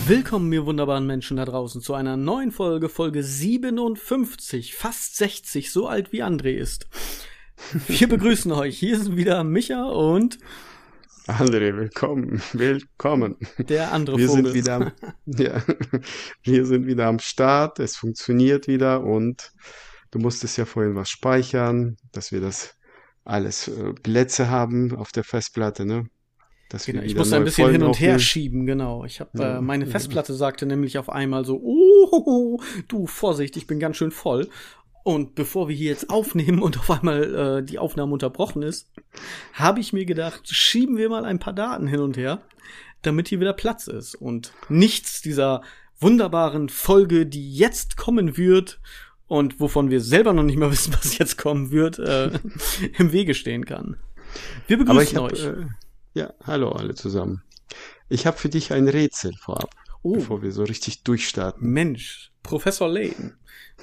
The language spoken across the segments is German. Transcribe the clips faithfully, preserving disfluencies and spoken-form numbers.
Willkommen, ihr wunderbaren Menschen da draußen, zu einer neuen Folge, Folge siebenundfünfzig, fast sechzig, so alt wie André ist. Wir begrüßen euch, hier sind wieder Micha und André, willkommen, willkommen. Der andere wir Vogel. Sind wieder am, ja, wir sind wieder am Start, es funktioniert wieder und du musstest ja vorhin was speichern, dass wir das alles äh, Plätze haben auf der Festplatte, ne? Dass Genau, wir ich wieder musste ein neue bisschen Folgen hin und her aufnehmen. schieben, genau. Ich habe Ja. äh, meine Festplatte sagte nämlich auf einmal so, oh, du, Vorsicht, ich bin ganz schön voll. Und bevor wir hier jetzt aufnehmen und auf einmal äh, die Aufnahme unterbrochen ist, habe ich mir gedacht, schieben wir mal ein paar Daten hin und her, damit hier wieder Platz ist und nichts dieser wunderbaren Folge, die jetzt kommen wird und wovon wir selber noch nicht mal wissen, was jetzt kommen wird, äh, im Wege stehen kann. Wir begrüßen Aber ich hab, euch. Äh, ja, hallo alle zusammen. Ich habe für dich ein Rätsel vorab, Oh. bevor wir so richtig durchstarten. Mensch, Professor Layton.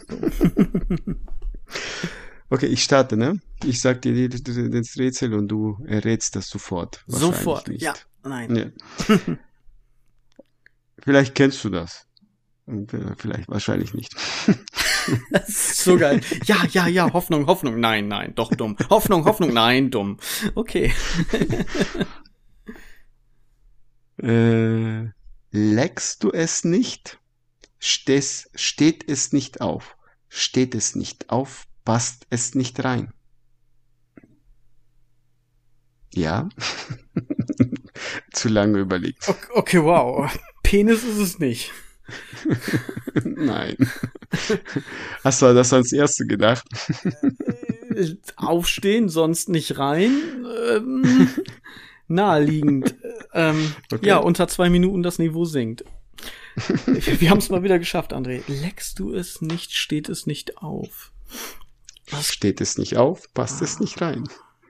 Okay, ich starte, ne? Ich sag dir die- die- das Rätsel und du errätst das sofort. Wahrscheinlich Sofort, nicht. ja, nein. Ja. Vielleicht kennst du das. Und äh, vielleicht, wahrscheinlich nicht. Das ist so geil. Ja, ja, ja, Hoffnung, Hoffnung, nein, nein, doch dumm. Hoffnung, Hoffnung, nein, dumm. Okay. Äh, leckst du es nicht, stehs, steht es nicht auf. Steht es nicht auf, passt es nicht rein. Ja? Zu lange überlegt. Okay, okay, wow. Penis ist es nicht. Nein. Hast du das als Erste gedacht? Äh, Aufstehen, sonst nicht rein. Ähm, naheliegend. Ähm, Okay. Ja, unter zwei Minuten das Niveau sinkt. Wir haben es mal wieder geschafft, André. Leckst du es nicht, steht es nicht auf. Was? Steht es nicht auf, passt es nicht rein.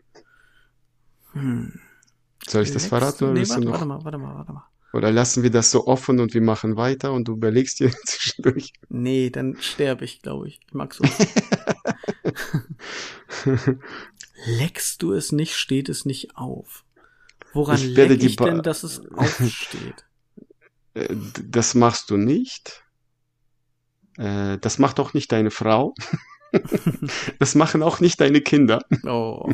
Hm. Soll ich das Leckst verraten du? oder Nee, willst du warte, noch? warte mal, warte mal, warte mal. Oder lassen wir das so offen und wir machen weiter und du überlegst dir zwischendurch? Nee, dann sterbe ich, glaube ich. Ich mag so. Leckst du es nicht, steht es nicht auf. Woran Ich werde leck die ich Ba- denn, dass es aufsteht? Äh, d- Das machst du nicht. Äh, Das macht auch nicht deine Frau. Das machen auch nicht deine Kinder. Oh.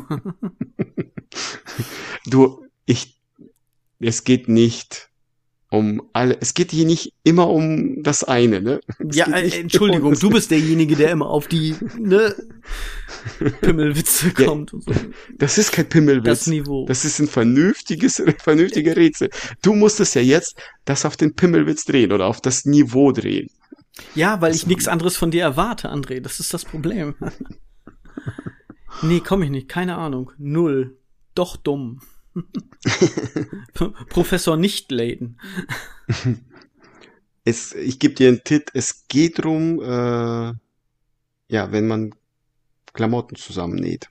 Du, ich, es geht nicht um alle, es geht hier nicht immer um das eine, ne? Es Ja, geht äh, nicht Entschuldigung, um das- du bist derjenige, der immer auf die ne, Pimmelwitze Ja, kommt und so. Das ist kein Pimmelwitz. Das Niveau. Das ist ein vernünftiges, vernünftiger Rätsel. Du musstest ja jetzt das auf den Pimmelwitz drehen oder auf das Niveau drehen. Ja, weil ich nichts anderes von dir erwarte, André. Das ist das Problem. Nee, komm ich nicht. Keine Ahnung. Null. Doch dumm. Professor Nicht-Layton. Es, ich gebe dir einen Tipp. Es geht drum, äh, ja, wenn man Klamotten zusammennäht.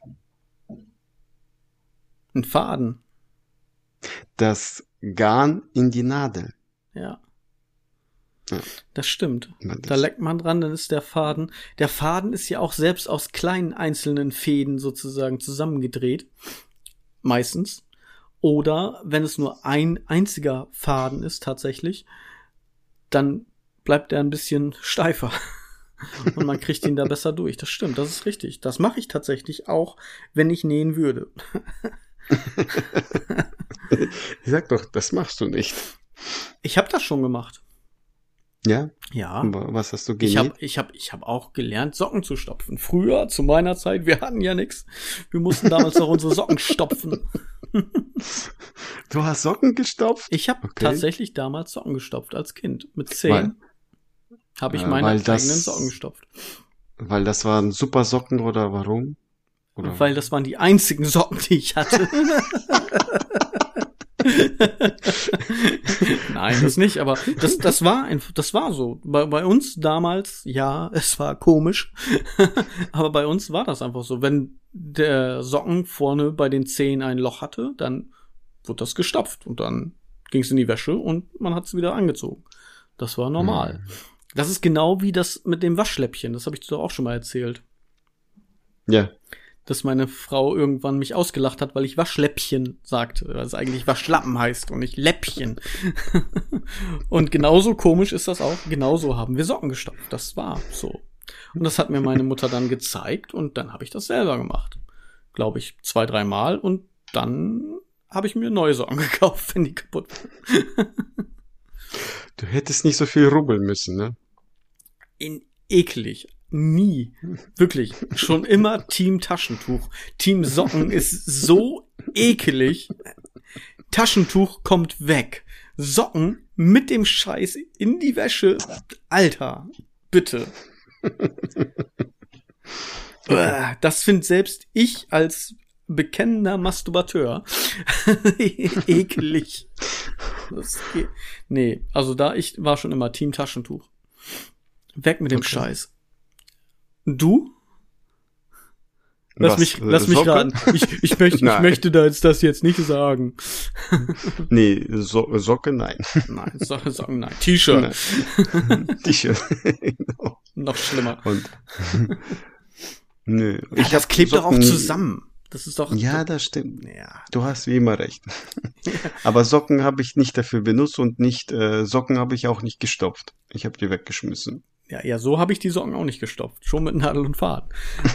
Ein Faden. Das Garn in die Nadel. Ja. Ja. Das stimmt. Das- Da leckt man dran, dann ist der Faden. Der Faden ist ja auch selbst aus kleinen einzelnen Fäden sozusagen zusammengedreht. Meistens. Oder wenn es nur ein einziger Faden ist tatsächlich, dann bleibt er ein bisschen steifer. Und man kriegt ihn da besser durch. Das stimmt, das ist richtig. Das mache ich tatsächlich auch, wenn ich nähen würde. Ich sag doch, das machst du nicht. Ich habe das schon gemacht. Ja? Ja. Aber was hast du Ich habe genäht? ich hab, ich hab auch gelernt, Socken zu stopfen. Früher, zu meiner Zeit, wir hatten ja nichts. Wir mussten damals auch unsere Socken stopfen. Du hast Socken gestopft? Ich habe Okay. tatsächlich damals Socken gestopft als Kind. Mit zehn habe ich äh, meine weil eigenen das- Socken gestopft. Weil das waren super Socken oder warum? Oder Weil das waren die einzigen Socken, die ich hatte. Nein, das nicht, aber das, das war ein, das war so. Bei, bei uns damals, ja, es war komisch, aber bei uns war das einfach so. Wenn der Socken vorne bei den Zehen ein Loch hatte, dann wurde das gestopft und dann ging es in die Wäsche und man hat es wieder angezogen. Das war normal. Hm. Das ist genau wie das mit dem Waschläppchen. Das habe ich dir doch auch schon mal erzählt. Ja. dass meine Frau irgendwann mich ausgelacht hat, weil ich Waschläppchen sagte, was eigentlich Waschlappen heißt und nicht Läppchen. Und genauso komisch ist das auch, genauso haben wir Socken gestopft. Das war so. Und das hat mir meine Mutter dann gezeigt und dann habe ich das selber gemacht. Glaube ich, zwei, dreimal und dann habe ich mir neue Socken gekauft, wenn die kaputt waren. Du hättest nicht so viel rubbeln müssen, ne? In eklig. Nie. Wirklich. Schon immer Team Taschentuch. Team Socken ist so ekelig. Taschentuch kommt weg. Socken mit dem Scheiß in die Wäsche. Alter, bitte. Das finde selbst ich als bekennender Masturbateur eklig. Das geht. Nee, also da, ich war schon immer Team Taschentuch. Weg mit dem okay. Scheiß. Du? Lass Was, mich, lass mich raten. Ich, ich, möchte, ich möchte da jetzt das jetzt nicht sagen. Nee, so Socke, nein. Nein, so Socken, nein. T-Shirt. T-Shirt. Genau. Noch schlimmer. Und, nö. Ja, das klebt doch auch zusammen. Das ist doch. Ja, das stimmt. Ja. Du hast wie immer recht. Aber Socken habe ich nicht dafür benutzt und nicht, äh, Socken habe ich auch nicht gestopft. Ich habe die weggeschmissen. Ja, ja, so habe ich die Socken auch nicht gestopft. Schon mit Nadel und Faden.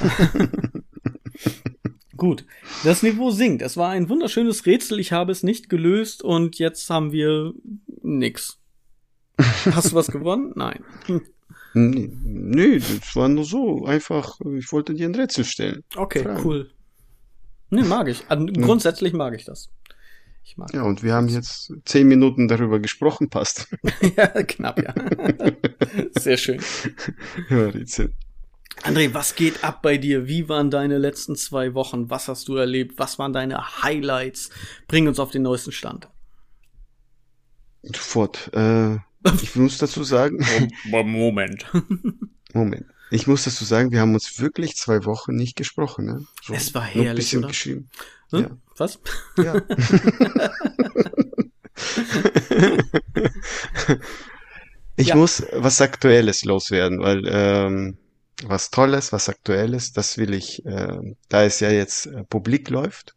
Gut, das Niveau sinkt. Es war ein wunderschönes Rätsel. Ich habe es nicht gelöst und jetzt haben wir nix. Hast du was gewonnen? Nein. Nee, nee, das war nur so. Einfach, ich wollte dir ein Rätsel stellen. Okay, Fragen. Cool. Nee, mag ich. Also, grundsätzlich mag ich das. Ich mag ja, und wir haben jetzt zehn Minuten darüber gesprochen, passt. Ja, knapp, ja. Sehr schön. Ja, Rätsel. André, was geht ab bei dir? Wie waren deine letzten zwei Wochen? Was hast du erlebt? Was waren deine Highlights? Bring uns auf den neuesten Stand. Sofort. Äh, ich muss dazu sagen. Moment. Moment. Ich muss dazu sagen, wir haben uns wirklich zwei Wochen nicht gesprochen. Ne? So, es war herrlich, ein bisschen oder? Geschrieben. Hm? Ja. Was? Ja. Ich ja. muss was Aktuelles loswerden, weil ähm, was Tolles, was Aktuelles, das will ich, äh, da es ja jetzt äh, publik läuft.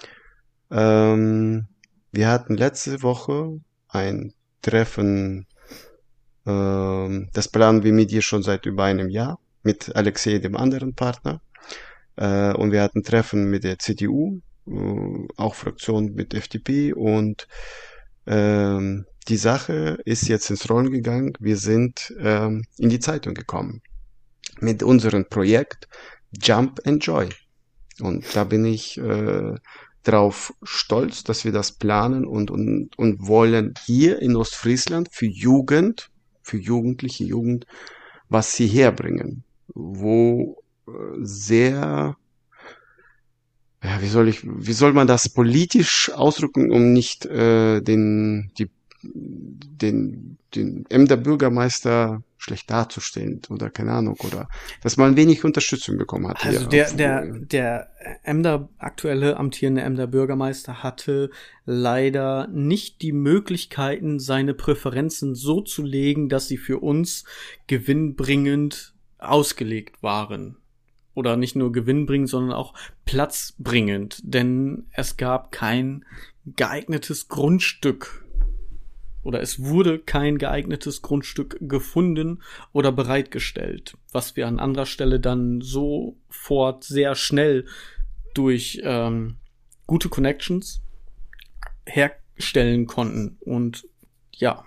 Ähm, wir hatten letzte Woche ein Treffen, ähm, das planen wir mit dir schon seit über einem Jahr, mit Alexei, dem anderen Partner. Äh, und wir hatten Treffen mit der C D U, äh, auch Fraktion mit F D P und ähm, die Sache ist jetzt ins Rollen gegangen. Wir sind ähm, in die Zeitung gekommen mit unserem Projekt Jump and Joy. Und da bin ich äh, drauf stolz, dass wir das planen und, und, und wollen hier in Ostfriesland für Jugend, für jugendliche Jugend, was sie herbringen, wo äh, sehr, ja, wie soll ich, wie soll man das politisch ausdrücken, um nicht äh, den, die, den, den Emder Bürgermeister schlecht darzustellen oder keine Ahnung, oder dass man wenig Unterstützung bekommen hat. Also der, der, der Emder, aktuelle amtierende Emder Bürgermeister hatte leider nicht die Möglichkeiten, seine Präferenzen so zu legen, dass sie für uns gewinnbringend ausgelegt waren. Oder nicht nur gewinnbringend, sondern auch platzbringend. Denn es gab kein geeignetes Grundstück. Oder es wurde kein geeignetes Grundstück gefunden oder bereitgestellt, was wir an anderer Stelle dann sofort sehr schnell durch ähm, gute Connections herstellen konnten. Und ja.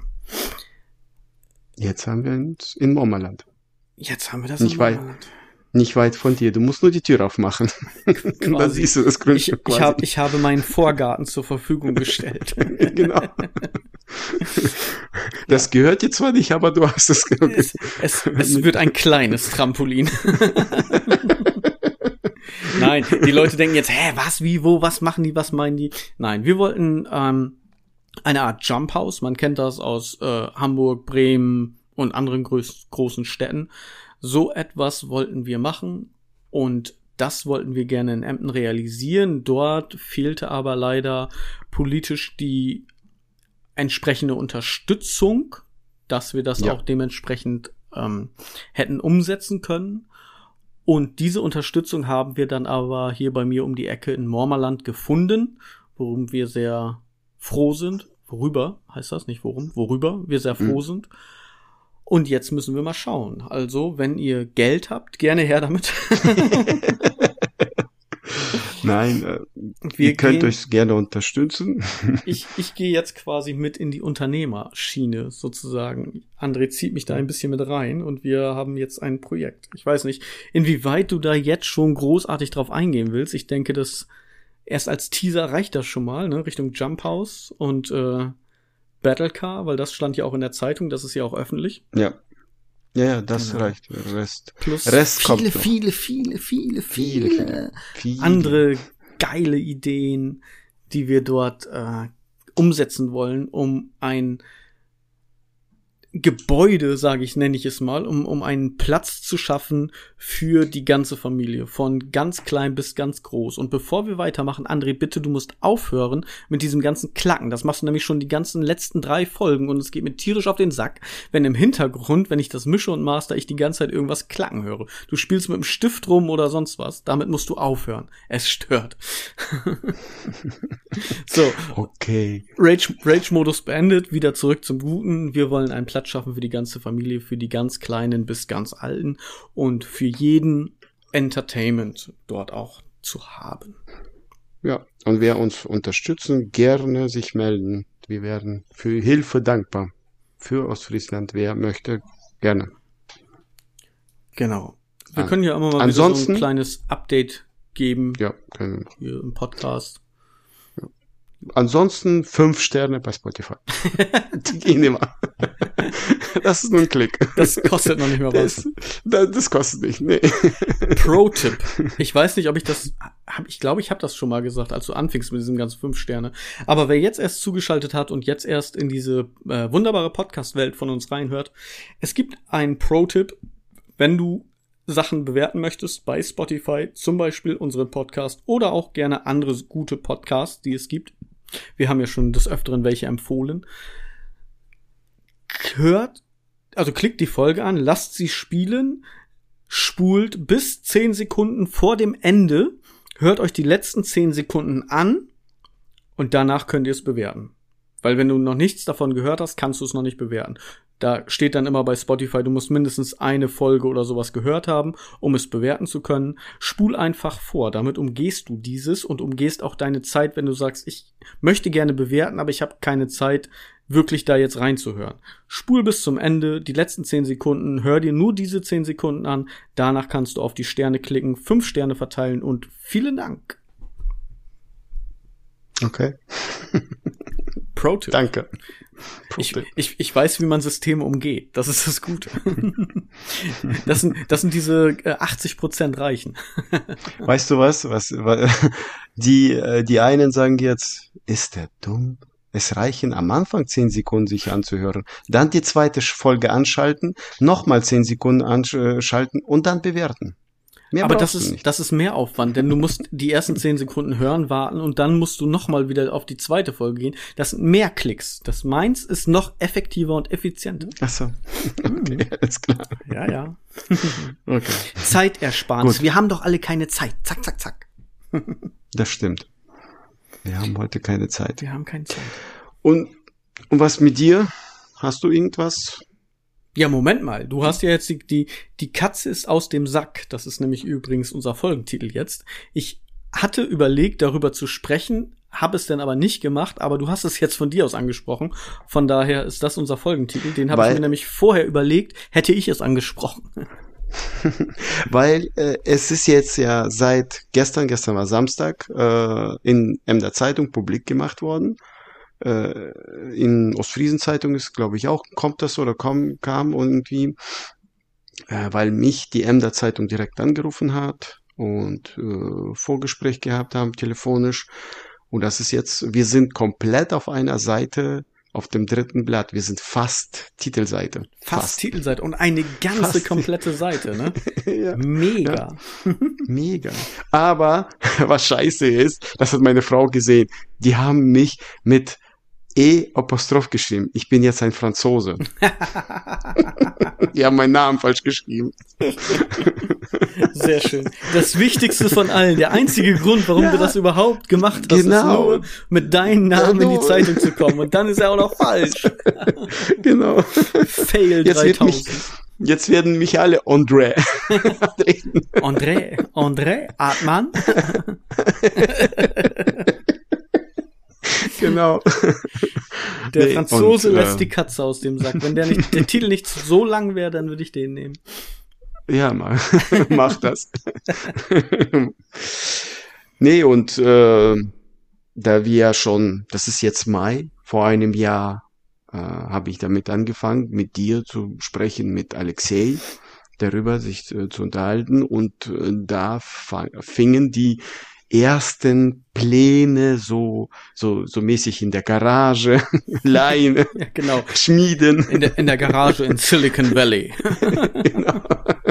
Jetzt haben wir uns in Mommerland. Jetzt haben wir das Nicht in weit, Mommerland. Nicht weit von dir. Du musst nur die Tür aufmachen. Dann siehst du das Grundstück ich, quasi. Ich, hab, ich habe meinen Vorgarten zur Verfügung gestellt. Genau. Das ja. gehört dir zwar nicht, aber du hast es. Es, es, es wird ein kleines Trampolin. Nein, die Leute denken jetzt, hä, was, wie, wo, was machen die, was meinen die? Nein, wir wollten ähm, eine Art Jump House. Man kennt das aus äh, Hamburg, Bremen und anderen groß, großen Städten. So etwas wollten wir machen und das wollten wir gerne in Emden realisieren. Dort fehlte aber leider politisch die entsprechende Unterstützung, dass wir das ja. auch dementsprechend ähm, hätten umsetzen können. Und diese Unterstützung haben wir dann aber hier bei mir um die Ecke in Mormerland gefunden, worum wir sehr froh sind. Worüber heißt das? Nicht worum, worüber wir sehr froh mhm. sind. Und jetzt müssen wir mal schauen. Also, wenn ihr Geld habt, gerne her damit. Nein, äh, ihr könnt gehen, euch gerne unterstützen. ich ich gehe jetzt quasi mit in die Unternehmerschiene sozusagen. André zieht mich da ein bisschen mit rein und wir haben jetzt ein Projekt. Ich weiß nicht, inwieweit du da jetzt schon großartig drauf eingehen willst. Ich denke, dass erst als Teaser reicht das schon mal, ne, Richtung Jump House und äh, Battlecar, weil das stand ja auch in der Zeitung, das ist ja auch öffentlich. Ja. Ja, ja, das genau. reicht. Rest, Plus Rest viele, kommt viele, viele, viele, viele, viele, viele, viele andere geile Ideen, die wir dort äh, umsetzen wollen, um ein Gebäude, sage ich, nenne ich es mal, um um einen Platz zu schaffen für die ganze Familie, von ganz klein bis ganz groß. Und bevor wir weitermachen, André, bitte, du musst aufhören mit diesem ganzen Klacken. Das machst du nämlich schon die ganzen letzten drei Folgen und es geht mir tierisch auf den Sack, wenn im Hintergrund, wenn ich das mische und master, ich die ganze Zeit irgendwas klacken höre. Du spielst mit dem Stift rum oder sonst was. Damit musst du aufhören. Es stört. So. Okay. Rage, Rage-Modus beendet, wieder zurück zum Guten. Wir wollen einen Platz schaffen für die ganze Familie, für die ganz Kleinen bis ganz Alten und für jeden Entertainment dort auch zu haben. Ja, und wer uns unterstützen, gerne sich melden. Wir werden für Hilfe dankbar. Für Ostfriesland, wer möchte, gerne. Genau. Wir können ja immer mal Ansonsten, wieder so ein kleines Update geben. Ja, können. Hier im Podcast. Ansonsten fünf Sterne bei Spotify. Die gehen immer. Das ist nur ein Klick. Das kostet noch nicht mehr was. Das, das, das kostet nicht, nee. Pro-Tipp. Ich weiß nicht, ob ich das, hab, ich glaube, ich habe das schon mal gesagt, als du anfingst mit diesem ganzen fünf Sterne. Aber wer jetzt erst zugeschaltet hat und jetzt erst in diese äh, wunderbare Podcast-Welt von uns reinhört, es gibt einen Pro-Tipp, wenn du Sachen bewerten möchtest bei Spotify, zum Beispiel unseren Podcast oder auch gerne andere gute Podcasts, die es gibt. Wir haben ja schon des Öfteren welche empfohlen. Hört, also klickt die Folge an, lasst sie spielen, spult bis zehn Sekunden vor dem Ende, hört euch die letzten zehn Sekunden an und danach könnt ihr es bewerten. Weil wenn du noch nichts davon gehört hast, kannst du es noch nicht bewerten. Da steht dann immer bei Spotify, du musst mindestens eine Folge oder sowas gehört haben, um es bewerten zu können. Spul einfach vor, damit umgehst du dieses und umgehst auch deine Zeit, wenn du sagst, ich möchte gerne bewerten, aber ich habe keine Zeit, wirklich da jetzt reinzuhören. Spul bis zum Ende, die letzten zehn Sekunden, hör dir nur diese zehn Sekunden an, danach kannst du auf die Sterne klicken, fünf Sterne verteilen und vielen Dank. Okay. Pro-Tipp. Danke. Ich, ich, ich weiß, wie man Systeme umgeht. Das ist das Gute. Das sind, das sind diese äh, achtzig Prozent Reichen. Weißt du was? Was, was die, die einen sagen jetzt, ist der dumm? Es reichen am Anfang zehn Sekunden, sich anzuhören. Dann die zweite Folge anschalten, nochmal zehn Sekunden anschalten und dann bewerten. Mehr Aber das ist, das ist mehr Aufwand, denn du musst die ersten zehn Sekunden hören, warten und dann musst du nochmal wieder auf die zweite Folge gehen. Das sind mehr Klicks. Das meins ist noch effektiver und effizienter. Ach so. Okay, alles klar. Ja, ja. Okay. Zeitersparnis. Gut. Wir haben doch alle keine Zeit. Zack, zack, zack. Das stimmt. Wir haben heute keine Zeit. Wir haben keine Zeit. Und, und was mit dir? Hast du irgendwas? Ja, Moment mal. Du hast ja jetzt die, die, die Katze ist aus dem Sack. Das ist nämlich übrigens unser Folgentitel jetzt. Ich hatte überlegt, darüber zu sprechen, habe es dann aber nicht gemacht, aber du hast es jetzt von dir aus angesprochen. Von daher ist das unser Folgentitel. Den habe ich mir nämlich vorher überlegt, hätte ich es angesprochen. Weil äh, es ist jetzt ja seit gestern, gestern war Samstag, äh, in Emder Zeitung publik gemacht worden. Äh, in Ostfriesen-Zeitung ist, glaube ich, auch, kommt das oder komm, kam irgendwie, äh, weil mich die Emder Zeitung direkt angerufen hat und äh, Vorgespräch gehabt haben, telefonisch. Und das ist jetzt, wir sind komplett auf einer Seite, auf dem dritten Blatt. Wir sind fast Titelseite. Fast, fast. Titelseite und eine ganze fast. komplette Seite, ne? Ja. Mega. Ja. Mega. Aber was scheiße ist, das hat meine Frau gesehen, die haben mich mit E Apostroph geschrieben. Ich bin jetzt ein Franzose. Die haben meinen Namen falsch geschrieben. Sehr schön. Das Wichtigste von allen, der einzige Grund, warum ja, du das überhaupt gemacht hast, genau. ist nur, mit deinem Namen genau. in die Zeitung zu kommen. Und dann ist er auch noch falsch. Genau. Fail jetzt dreitausend. Wird mich, jetzt werden mich alle André. André, André, Artmann. Genau. Der nee, Franzose und, lässt äh, die Katze aus dem Sack. Wenn der, nicht, der Titel nicht so lang wäre, dann würde ich den nehmen. Ja, mach, mach das. Nee, und äh, da wir ja schon, das ist jetzt Mai, vor einem Jahr äh, habe ich damit angefangen, mit dir zu sprechen, mit Alexei, darüber sich äh, zu unterhalten. Und äh, da fingen die ersten Pläne so so so mäßig in der Garage, Leine, ja, genau. schmieden. In der, in der Garage in Silicon Valley. Genau.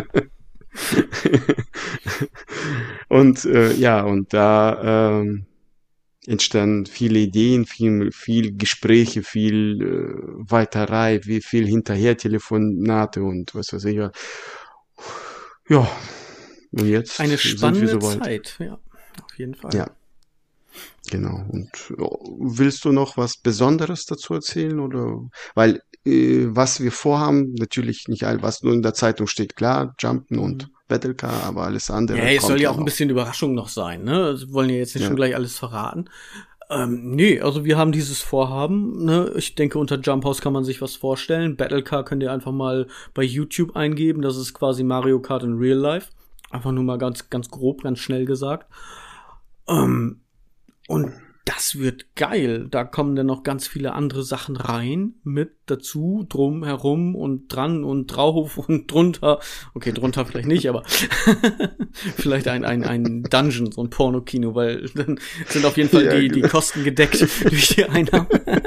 Und äh, ja, und da ähm, entstanden viele Ideen, viel, viel Gespräche, viel äh, Weiterei, wie viel Hinterher-Telefonate und was weiß ich. Ja, und jetzt eine spannende sind wir soweit. Zeit, ja, auf jeden Fall. Ja, genau. Und willst du noch was Besonderes dazu erzählen oder? Weil äh, was wir vorhaben, natürlich nicht all, was nur in der Zeitung steht, klar, Jumpen mhm. und Battlecar, aber alles andere. Ja, es soll ja auch noch. ein bisschen Überraschung noch sein, ne? Also, wir wollen ja jetzt nicht ja. schon gleich alles verraten. Ähm, nee, also wir haben dieses Vorhaben, ne? Ich denke, unter Jump House kann man sich was vorstellen. Battlecar könnt ihr einfach mal bei YouTube eingeben. Das ist quasi Mario Kart in Real Life. Einfach nur mal ganz, ganz grob, ganz schnell gesagt. Ähm, und das wird geil. Da kommen dann noch ganz viele andere Sachen rein, mit dazu, drum herum und dran und drauf und drunter. Okay, drunter vielleicht nicht, aber vielleicht ein, ein, ein Dungeon, so ein Pornokino, weil dann sind auf jeden Fall ja, die, genau. die Kosten gedeckt durch die Einnahmen.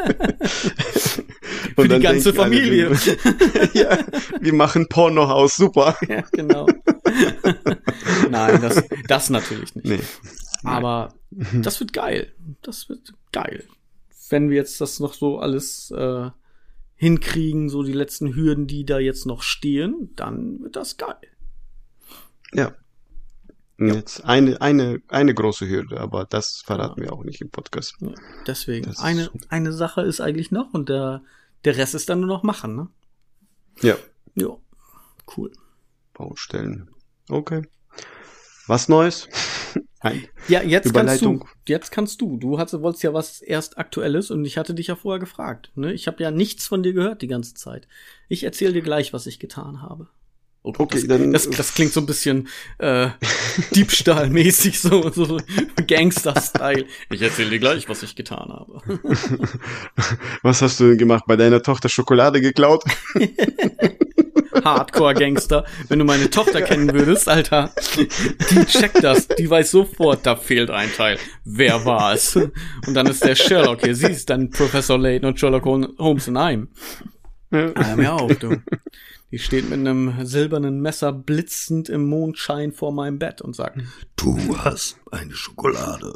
Für die ganze Familie. Alle, wir, ja, wir machen Pornohaus, super. Ja, genau. Nein, das, das natürlich nicht. Nee. Aber das wird geil. Das wird geil. Wenn wir jetzt das noch so alles äh, hinkriegen, so die letzten Hürden, die da jetzt noch stehen, dann wird das geil. Ja. ja. Jetzt eine, eine, eine große Hürde, aber das verraten ja. wir auch nicht im Podcast. Ja, deswegen. Das eine, eine Sache ist eigentlich noch und der, der Rest ist dann nur noch machen, ne? Ja. Ja. Cool. Baustellen. Okay. Was Neues? Nein. Ja, jetzt kannst du. Jetzt kannst du. Du hast, wolltest ja was erst Aktuelles und ich hatte dich ja vorher gefragt. Ne? Ich habe ja nichts von dir gehört die ganze Zeit. Ich erzähle dir gleich, was ich getan habe. Oh, okay, das, dann das, das klingt so ein bisschen äh, Diebstahlmäßig, so, so Gangster-Style. Ich erzähle dir gleich, was ich getan habe. Was hast du denn gemacht? Bei deiner Tochter Schokolade geklaut? Hardcore-Gangster. Wenn du meine Tochter kennen würdest, Alter, die checkt das. Die weiß sofort, da fehlt ein Teil. Wer war es? Und dann ist der Sherlock hier. Sie ist dann Professor Layton und Sherlock Holmes in einem. Ja. Hör mir auf, du. Die steht mit einem silbernen Messer blitzend im Mondschein vor meinem Bett und sagt, du hast eine Schokolade.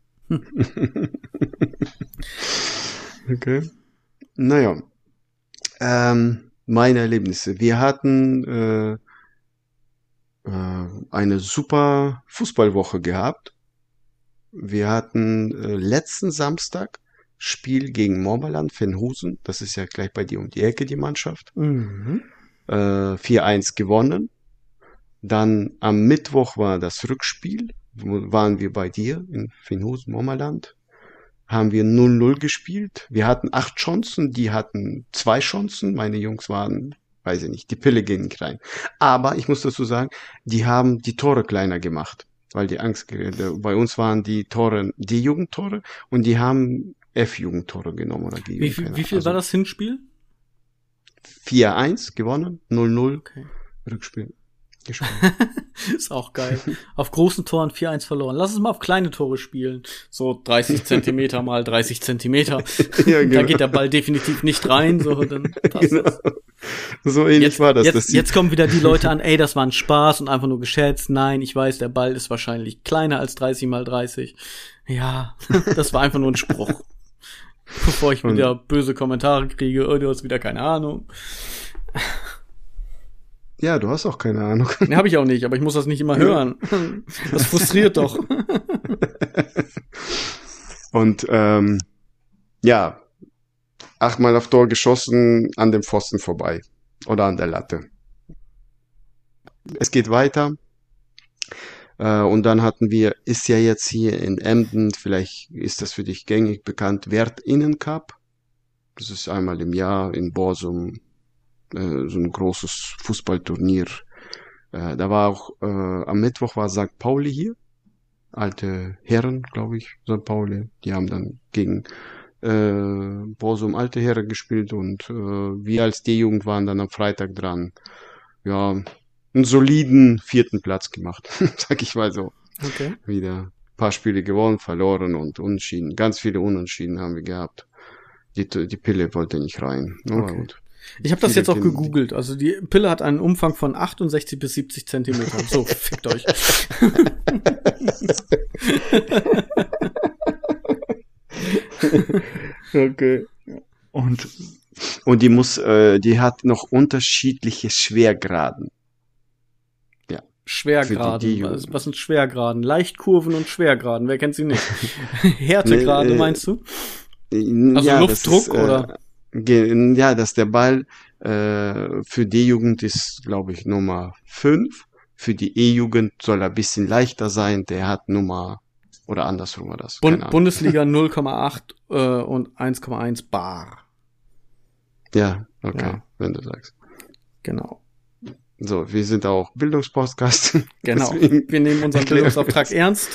Okay. Naja. Ähm, meine Erlebnisse. Wir hatten äh, äh, eine super Fußballwoche gehabt. Wir hatten äh, letzten Samstag Spiel gegen Mormerland, Venhusen. Das ist ja gleich bei dir um die Ecke, die Mannschaft. Mhm. Äh, vier eins gewonnen. Dann am Mittwoch war das Rückspiel. Waren wir bei dir in Venhusen, Mormerland. Haben wir null null gespielt. Wir hatten acht Chancen, die hatten zwei Chancen. Meine Jungs waren, weiß ich nicht, die Pille ging nicht rein. Aber ich muss dazu sagen, die haben die Tore kleiner gemacht, weil die Angst, bei uns waren die Tore die Jugendtore und die haben F-Jugendtore genommen. Oder die, wie viel, wie viel also war das Hinspiel? vier eins gewonnen, null null okay. Rückspiel. Ist auch geil. Auf großen Toren vier eins verloren. Lass uns mal auf kleine Tore spielen. So dreißig Zentimeter mal dreißig Zentimeter. Ja, genau. Da geht der Ball definitiv nicht rein. So, dann passt genau. das. So ähnlich jetzt, war das. Jetzt, das jetzt kommen wieder die Leute an, ey, das war ein Spaß und einfach nur geschätzt. Nein, ich weiß, der Ball ist wahrscheinlich kleiner als dreißig mal dreißig. Ja, das war einfach nur ein Spruch. Bevor ich Und- wieder böse Kommentare kriege, oh, du hast wieder keine Ahnung. Ja, du hast auch keine Ahnung. Ne, habe ich auch nicht, aber ich muss das nicht immer hören. Das frustriert doch. Und ähm, ja, achtmal auf Tor geschossen, an dem Pfosten vorbei oder an der Latte. Es geht weiter. Äh, und dann hatten wir, ist ja jetzt hier in Emden, vielleicht ist das für dich gängig bekannt, Wertinnen-Cup. Das ist einmal im Jahr in Borsum äh, so ein großes Fußballturnier. Äh, da war auch, äh, am Mittwoch war Sankt Pauli hier. Alte Herren, glaube ich, Sankt Pauli. Die haben dann gegen äh, Borsum Alte Herren gespielt und äh, wir als D-Jugend waren dann am Freitag dran. Ja, einen soliden vierten Platz gemacht, sag ich mal so. Okay. Wieder ein paar Spiele gewonnen, verloren und Unentschieden. Ganz viele Unentschieden haben wir gehabt. Die, die Pille wollte nicht rein. Aber Okay. gut. Ich habe das Viele jetzt auch Kinder- gegoogelt. Also die Pille hat einen Umfang von achtundsechzig bis siebzig Zentimeter. So, fickt euch. Okay. Und, und die muss, äh, die hat noch unterschiedliche Schwergraden. Schwergraden. Für die- die- was, was sind Schwergraden? Leichtkurven und Schwergraden. Wer kennt sie nicht? Härtegrade, Nee, äh, meinst du? Also Also Luftdruck, oder? Ge ja, dass der Ball äh, für D-Jugend ist, glaube ich, Nummer fünf. Für die E-Jugend soll er ein bisschen leichter sein. Der hat Nummer, oder andersrum war das. Bund keine Ahnung. Bundesliga null Komma acht äh, und eins Komma eins Bar. Ja, okay, Ja. wenn du sagst. Genau. So, wir sind auch Bildungspodcast. Genau. Deswegen- Wir nehmen unseren erklären Bildungsauftrag wir ernst.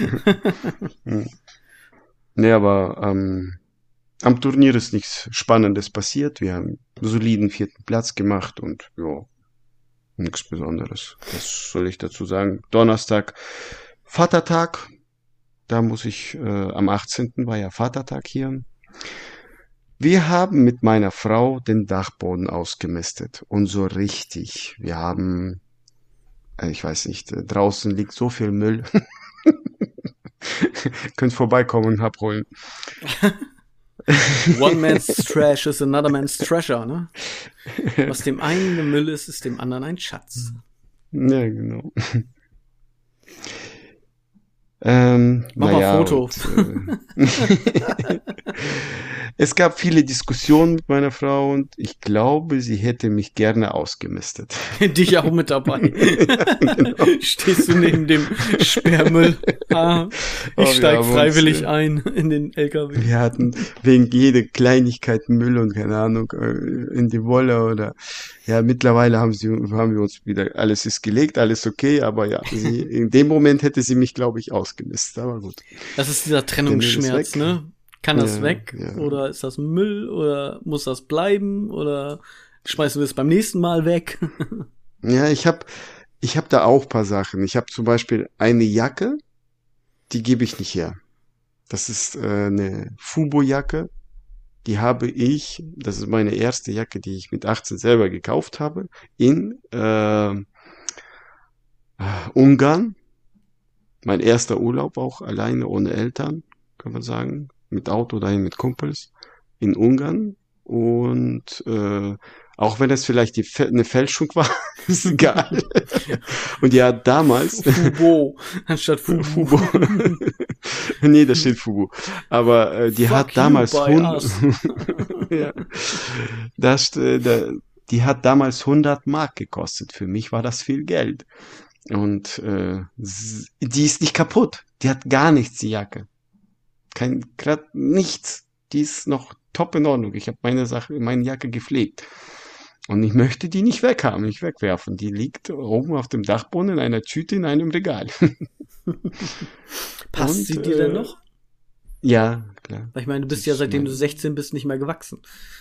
Nee, aber ähm, am Turnier ist nichts Spannendes passiert. Wir haben einen soliden vierten Platz gemacht und ja, nichts Besonderes. Was soll ich dazu sagen? Donnerstag, Vatertag. Da muss ich, äh, am achtzehnten war ja Vatertag hier. Wir haben mit meiner Frau den Dachboden ausgemistet. Und so richtig. Wir haben, äh, ich weiß nicht, äh, draußen liegt so viel Müll. Könnt vorbeikommen und abholen. One man's trash is another man's treasure, ne? Was dem einen eine Müll ist, ist dem anderen ein Schatz. Ja, genau. Ähm, Mach na mal ja, Foto. Und, äh, es gab viele Diskussionen mit meiner Frau und ich glaube, sie hätte mich gerne ausgemistet. Dich auch mit dabei. Genau. Stehst du neben dem Sperrmüll. Ah, Oh, ich wir steig haben uns, freiwillig äh, ein in den L K W. Wir hatten wegen jeder Kleinigkeit Müll und keine Ahnung, äh, in die Wolle oder ja, mittlerweile haben sie, haben wir uns wieder, alles ist gelegt, alles okay, aber ja, sie, in dem Moment hätte sie mich, glaube ich, ausgemistet, aber gut. Das ist dieser Der Müll ist Trennungsschmerz, weg. ne? Kann das Ja, weg? ja. Oder ist das Müll? Oder muss das bleiben? Oder schmeißen wir es beim nächsten Mal weg? Ja, ich habe ich hab da auch paar Sachen. Ich habe zum Beispiel eine Jacke, die gebe ich nicht her. Das ist äh, eine Fubo-Jacke. Die habe ich, das ist meine erste Jacke, die ich mit achtzehn selber gekauft habe, in äh, Ungarn. Mein erster Urlaub auch alleine, ohne Eltern, kann man sagen. Mit Auto dahin, mit Kumpels in Ungarn. Und äh, auch wenn es vielleicht die, Fä- eine Fälschung war, ist egal. Und die hat damals Fubo, anstatt Fubu. Fubo. Nee, da steht Fubu. Aber äh, die Fuck hat you damals by hund- us. ja. das, äh, da, die hat damals hundert Mark gekostet. Für mich war das viel Geld. Und äh, s- die ist nicht kaputt. Die hat gar nichts, die Jacke. Kein, grad nichts. Die ist noch top in Ordnung. Ich habe meine Sache, meine Jacke gepflegt. Und ich möchte die nicht weghaben, nicht wegwerfen. Die liegt oben auf dem Dachboden in einer Tüte in einem Regal. Passt Und, sie dir äh, denn noch? Ja, klar. Weil ich meine, du bist das ja ist seitdem mein- du sechzehn bist nicht mehr gewachsen.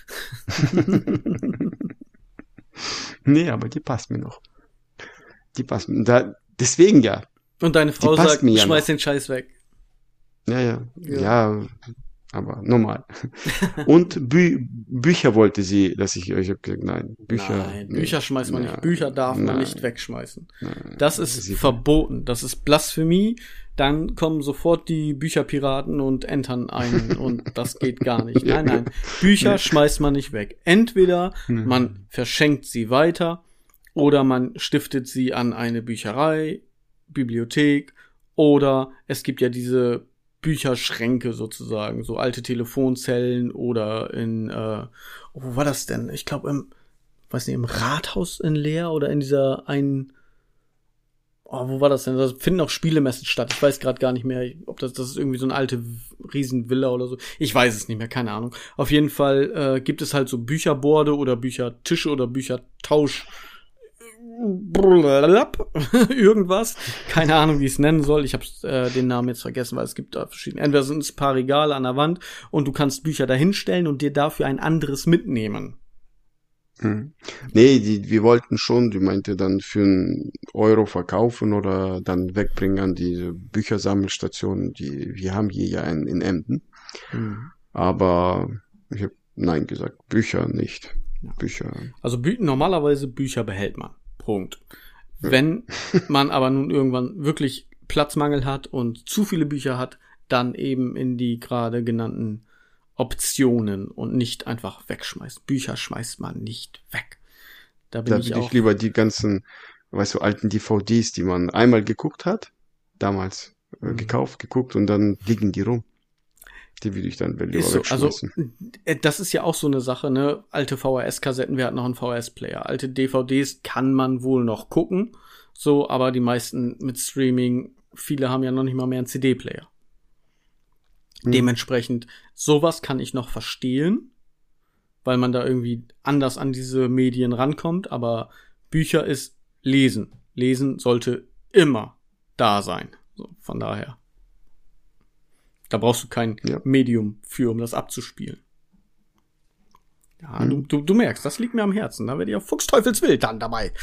Nee, aber die passt mir noch. Die passt mir. Da, deswegen ja. Und deine Frau passt sagt, mir ja schmeiß noch. den Scheiß weg. Ja, ja. Ja. Ja, aber normal. Und Bü Bücher wollte sie, dass ich, ich habe gesagt, nein, Bücher. Nein, nee. Bücher schmeißt man Ja, nicht. Bücher darf man nein. nicht wegschmeißen. Nein. Das ist Sie- verboten. Das ist Blasphemie. Dann kommen sofort die Bücherpiraten und entern ein und das geht gar nicht. Nein, nein. Bücher schmeißt man nicht weg. Entweder man verschenkt sie weiter oder man stiftet sie an eine Bücherei, Bibliothek oder es gibt ja diese Bücherschränke sozusagen, so alte Telefonzellen oder in, äh, wo war das denn? Ich glaube im, weiß nicht, im Rathaus in Leer oder in dieser einen, oh, wo war das denn? Da finden auch Spielemessen statt. Ich weiß gerade gar nicht mehr, ob das, das ist irgendwie so eine alte Riesenvilla oder so. Ich weiß es nicht mehr, keine Ahnung. Auf jeden Fall äh, gibt es halt so Bücherborde oder Büchertische oder Büchertausch. Irgendwas. Keine Ahnung, wie ich es nennen soll. Ich habe äh, den Namen jetzt vergessen, weil es gibt da verschiedene. Entweder sind es ein paar Regale an der Wand und du kannst Bücher dahinstellen und dir dafür ein anderes mitnehmen. Hm. Nee, die, wir wollten schon, die meinte dann für einen Euro verkaufen oder dann wegbringen an diese Büchersammelstation, die wir haben hier ja in, in Emden. Mhm. Aber ich habe nein gesagt, Bücher nicht. Ja. Bücher. Also Bü normalerweise Bücher behält man. Punkt. Wenn man aber nun irgendwann wirklich Platzmangel hat und zu viele Bücher hat, dann eben in die gerade genannten Optionen und nicht einfach wegschmeißt. Bücher schmeißt man nicht weg. Da bin Da ich will auch. ich lieber die ganzen, weißt du, alten D V Ds, die man einmal geguckt hat, damals äh, Mhm. gekauft, geguckt und dann liegen die rum. Die will ich dann lieber Ist so, also wegschmeißen. äh, das ist ja auch so eine Sache, ne? Alte V H S-Kassetten, wir hatten noch einen V H S-Player. Alte D V Ds kann man wohl noch gucken, so, aber die meisten mit Streaming, viele haben ja noch nicht mal mehr einen C D-Player. Mhm. Dementsprechend, sowas kann ich noch verstehen, weil man da irgendwie anders an diese Medien rankommt, aber Bücher ist Lesen. Lesen sollte immer da sein. So, von daher. Da brauchst du kein Ja. Medium für, um das abzuspielen. Ja, Mhm. du, du, du merkst, das liegt mir am Herzen. Da werde ich auf Fuchsteufelswild dann dabei.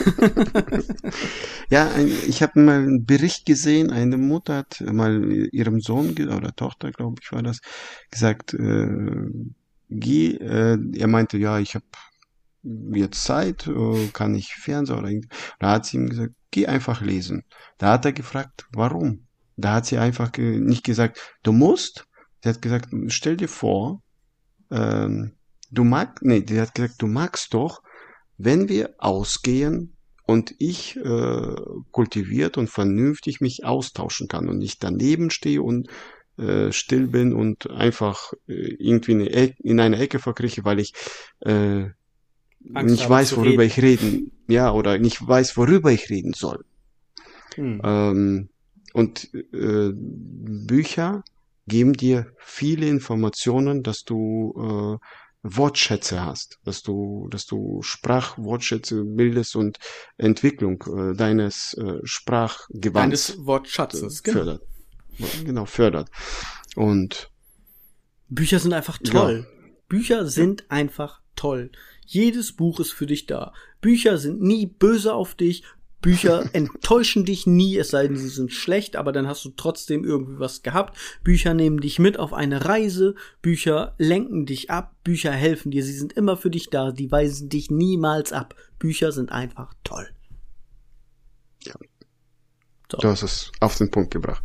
Ja, ein, ich habe mal einen Bericht gesehen, eine Mutter hat mal ihrem Sohn ge- oder Tochter, glaube ich, war das, gesagt, äh, geh, äh, er meinte, ja, ich habe jetzt Zeit, äh, kann ich Fernseher oder irgend- da hat sie ihm gesagt, geh einfach lesen. Da hat er gefragt, warum? Da hat sie einfach ge nicht gesagt, du musst. Sie hat gesagt, stell dir vor, ähm, du magst, nee, die hat gesagt, du magst doch, wenn wir ausgehen und ich äh, kultiviert und vernünftig mich austauschen kann und nicht daneben stehe und äh, still bin und einfach äh, irgendwie in eine, Ecke, in eine Ecke verkrieche, weil ich äh, Angst nicht habe weiß, zu worüber reden. ich reden, ja, oder nicht weiß, worüber ich reden soll. Hm. Ähm, und äh, Bücher geben dir viele Informationen, dass du äh, Wortschätze hast, dass du, dass du Sprachwortschätze bildest und Entwicklung äh, deines äh, Sprachgewands Deines Wortschatzes, genau. fördert. Genau, fördert. Und Bücher sind einfach Ja. toll. Bücher sind einfach toll. Jedes Buch ist für dich da. Bücher sind nie böse auf dich. Bücher enttäuschen dich nie, es sei denn, sie sind schlecht, aber dann hast du trotzdem irgendwie was gehabt. Bücher nehmen dich mit auf eine Reise. Bücher lenken dich ab. Bücher helfen dir. Sie sind immer für dich da. Die weisen dich niemals ab. Bücher sind einfach toll. Ja. So. du hast es auf den Punkt gebracht.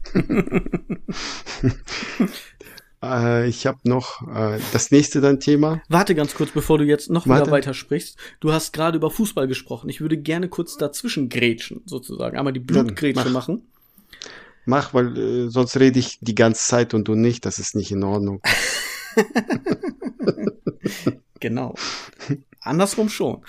äh, ich habe noch äh, das nächste dann Thema. Warte ganz kurz, bevor du jetzt noch Warte. wieder weitersprichst. Du hast gerade über Fußball gesprochen. Ich würde gerne kurz dazwischen grätschen, sozusagen. Einmal die Blutgrätsche mach. machen. Mach, weil äh, sonst rede ich die ganze Zeit und du nicht. Das ist nicht in Ordnung. Genau. Andersrum schon.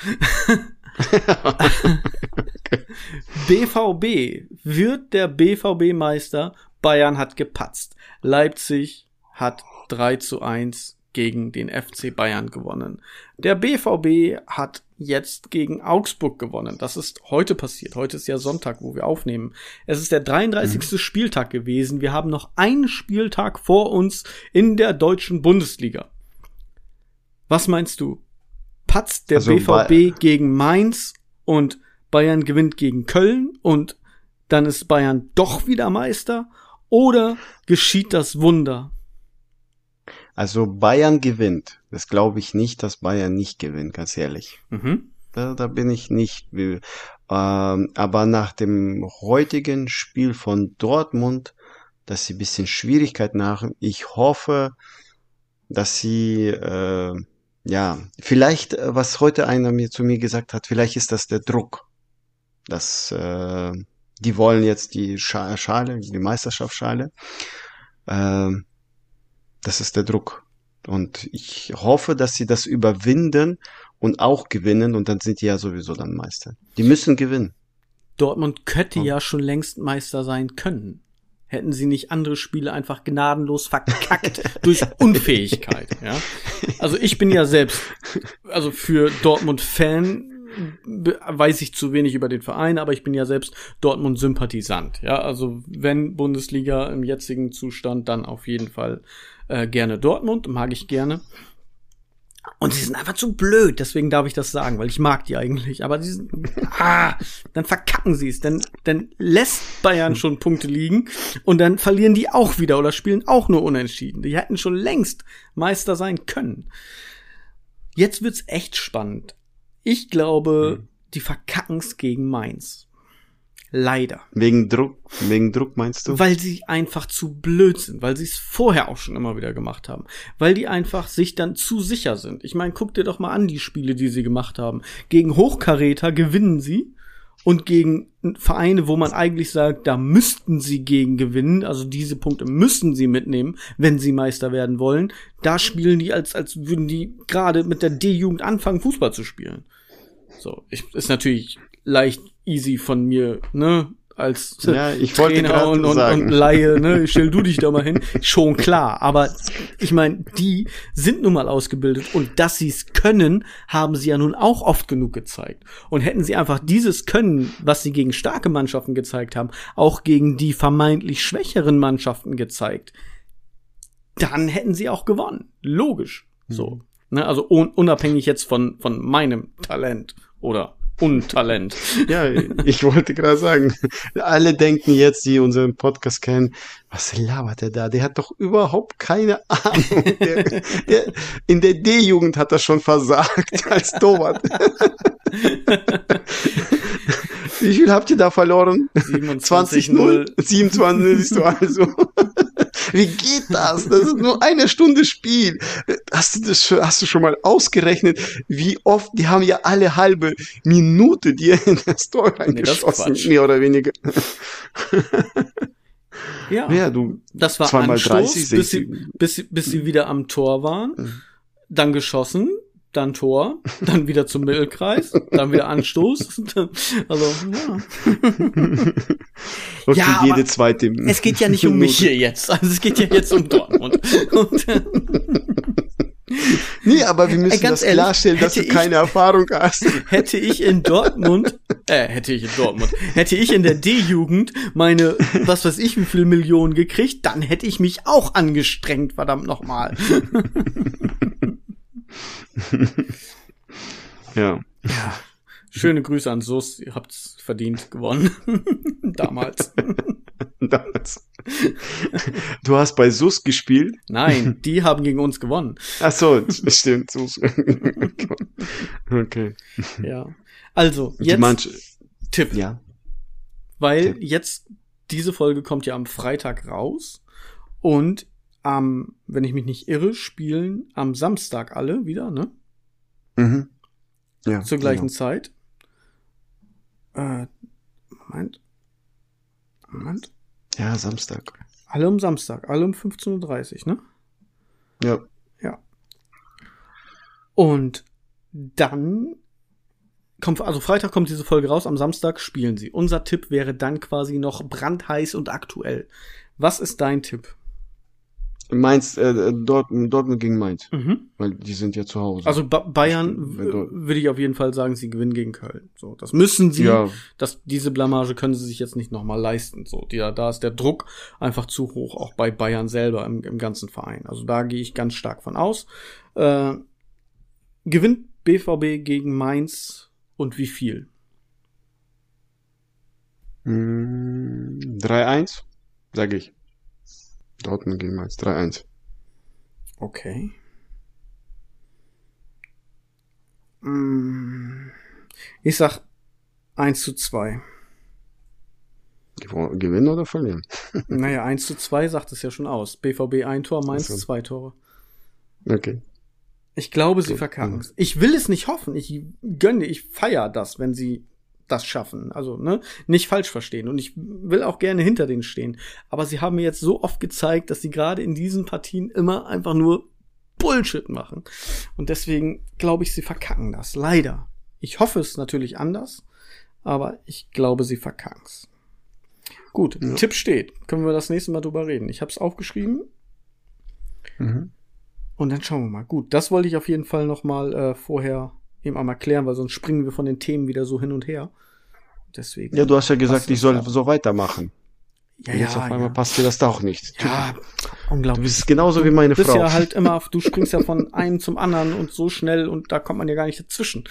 B V B. Wird der B V B Meister? Bayern hat gepatzt. Leipzig hat drei zu eins gegen den F C Bayern gewonnen. Der B V B hat jetzt gegen Augsburg gewonnen. Das ist heute passiert. Heute ist ja Sonntag, wo wir aufnehmen. Es ist der dreiunddreißigste Mhm. Spieltag gewesen. Wir haben noch einen Spieltag vor uns in der deutschen Bundesliga. Was meinst du? Patzt der Also B V B Ba- gegen Mainz und Bayern gewinnt gegen Köln und dann ist Bayern doch wieder Meister? Oder geschieht das Wunder? Also Bayern gewinnt. Das glaube ich nicht, dass Bayern nicht gewinnt, ganz ehrlich. Mhm. Da, da bin ich nicht. Ähm, aber nach dem heutigen Spiel von Dortmund, dass sie ein bisschen Schwierigkeiten haben, ich hoffe, dass sie, äh, ja, vielleicht, äh, was heute einer mir zu mir gesagt hat, vielleicht ist das der Druck, dass äh, die wollen jetzt die Scha- Schale, die Meisterschaftsschale. Ähm, das ist der Druck. Und ich hoffe, dass sie das überwinden und auch gewinnen und dann sind die ja sowieso dann Meister. Die müssen gewinnen. Dortmund könnte Ja. ja schon längst Meister sein können. Hätten sie nicht andere Spiele einfach gnadenlos verkackt durch Unfähigkeit, ja. Also ich bin ja selbst, also für Dortmund-Fan be- weiß ich zu wenig über den Verein, aber ich bin ja selbst Dortmund-Sympathisant, ja. Also wenn Bundesliga im jetzigen Zustand, dann auf jeden Fall äh, gerne Dortmund, mag ich gerne. Und sie sind einfach zu blöd, deswegen darf ich das sagen, weil ich mag die eigentlich. Aber die sind, ah, dann verkacken sie es. Dann, dann lässt Bayern schon Punkte liegen und dann verlieren die auch wieder oder spielen auch nur unentschieden. Die hätten schon längst Meister sein können. Jetzt wird's echt spannend. Ich glaube, Mhm. die verkacken's gegen Mainz. Leider. Wegen Druck, wegen Druck meinst du? Weil sie einfach zu blöd sind, weil sie es vorher auch schon immer wieder gemacht haben. Weil die einfach sich dann zu sicher sind. Ich meine, guck dir doch mal an die Spiele, die sie gemacht haben. Gegen Hochkaräter gewinnen sie und gegen Vereine, wo man eigentlich sagt, da müssten sie gegen gewinnen, also diese Punkte müssen sie mitnehmen, wenn sie Meister werden wollen. Da spielen die, als, als würden die gerade mit der D-Jugend anfangen, Fußball zu spielen. So, ich, ist natürlich leicht easy von mir, ne, als Ja, ich wollte Trainer gerade und, und, sagen. und Laie, ne, stell du dich da mal hin. Schon klar, aber ich meine, die sind nun mal ausgebildet und dass sie es können, haben sie ja nun auch oft genug gezeigt. Und hätten sie einfach dieses Können, was sie gegen starke Mannschaften gezeigt haben, auch gegen die vermeintlich schwächeren Mannschaften gezeigt, dann hätten sie auch gewonnen. Logisch. So. Ne, also un- unabhängig jetzt von, von meinem Talent oder Untalent. Ja, ich wollte gerade sagen, alle denken jetzt, die unseren Podcast kennen, was labert der da? Der hat doch überhaupt keine Ahnung. Der, der, in der D-Jugend hat er schon versagt als Torwart. Wie viel habt ihr da verloren? siebenundzwanzig zwanzig null? siebenundzwanzig null siehst du also. Wie geht das? Das ist nur eine Stunde Spiel. Hast du das schon, hast du schon mal ausgerechnet, wie oft, die haben ja alle halbe Minute dir in das Tor Nee, das ist reingeschossen, Quatsch. mehr oder weniger. Ja, Ja, du, das war zweimal Anstoß, dreißig, bis sie, sechzig. bis, sie, bis sie wieder am Tor waren, Mhm. dann geschossen, dann Tor, dann wieder zum Mittelkreis, dann wieder Anstoß. Also, ja. Okay, Ja, aber jede zweite. Es geht ja nicht um mich hier jetzt. Also es geht ja jetzt um Dortmund. Und, äh, Nee, aber wir müssen Ey, ganz das ehrlich, klarstellen, dass du hätte ich- keine Erfahrung hast. hätte ich in Dortmund, äh, hätte ich in Dortmund, hätte ich in der D-Jugend meine, was weiß ich, wie viele Millionen gekriegt, dann hätte ich mich auch angestrengt, verdammt nochmal. Ja. Ja. Schöne Grüße an Sus, ihr habt's verdient gewonnen. Damals. Damals. Du hast bei Sus gespielt? Nein, die haben gegen uns gewonnen. Ach so, stimmt. Sus. Okay. Ja. Also, Die jetzt manche, Tipp. ja. Weil Tipp. jetzt, diese Folge kommt ja am Freitag raus und am, wenn ich mich nicht irre, spielen am Samstag alle wieder, ne? Mhm. Ja. Zur gleichen genau. Zeit. Äh, Moment. Moment. Ja, Samstag. Alle um Samstag, alle um fünfzehn Uhr dreißig, ne? Ja. Ja. Und dann kommt, also Freitag kommt diese Folge raus, am Samstag spielen sie. Unser Tipp wäre dann quasi noch brandheiß und aktuell. Was ist dein Tipp? Mainz, äh, Dortmund, Dortmund gegen Mainz. Mhm. Weil die sind ja zu Hause. Also ba- Bayern Wenn du- w- würde ich auf jeden Fall sagen, sie gewinnen gegen Köln. So, das müssen sie. ja. Das, diese Blamage können sie sich jetzt nicht nochmal leisten. So, die, da ist der Druck einfach zu hoch, auch bei Bayern selber im, im ganzen Verein. Also da gehe ich ganz stark von aus. Äh, gewinnt B V B gegen Mainz und wie viel? Mm, drei eins, sage ich. Dortmund gegen Mainz, drei eins. Okay. Ich sag eins zu zwei. Gewinnen oder verlieren? Naja, eins zu zwei sagt es ja schon aus. B V B ein Tor, Mainz Also. zwei Tore. Okay. Ich glaube, sie Gut. verkacken es. Ich will es nicht hoffen. Ich gönne, ich feiere das, wenn sie das schaffen. Also, ne, nicht falsch verstehen. Und ich will auch gerne hinter denen stehen. Aber sie haben mir jetzt so oft gezeigt, dass sie gerade in diesen Partien immer einfach nur Bullshit machen. Und deswegen glaube ich, sie verkacken das. Leider. Ich hoffe es natürlich anders, aber ich glaube, sie verkacken es. Gut, Ja. Tipp steht. Können wir das nächste Mal drüber reden. Ich habe es aufgeschrieben. Mhm. Und dann schauen wir mal. Gut, das wollte ich auf jeden Fall noch mal äh, vorher eben einmal klären, weil sonst springen wir von den Themen wieder so hin und her. Deswegen. Ja, du hast ja gesagt, passt ich das soll ab. so weitermachen. Ja, Und jetzt ja, auf einmal ja. passt dir das doch nicht. Ja, Du unglaublich. bist genauso wie meine Du bist Frau. ja halt immer, du springst ja von einem zum anderen und so schnell und da kommt man ja gar nicht dazwischen.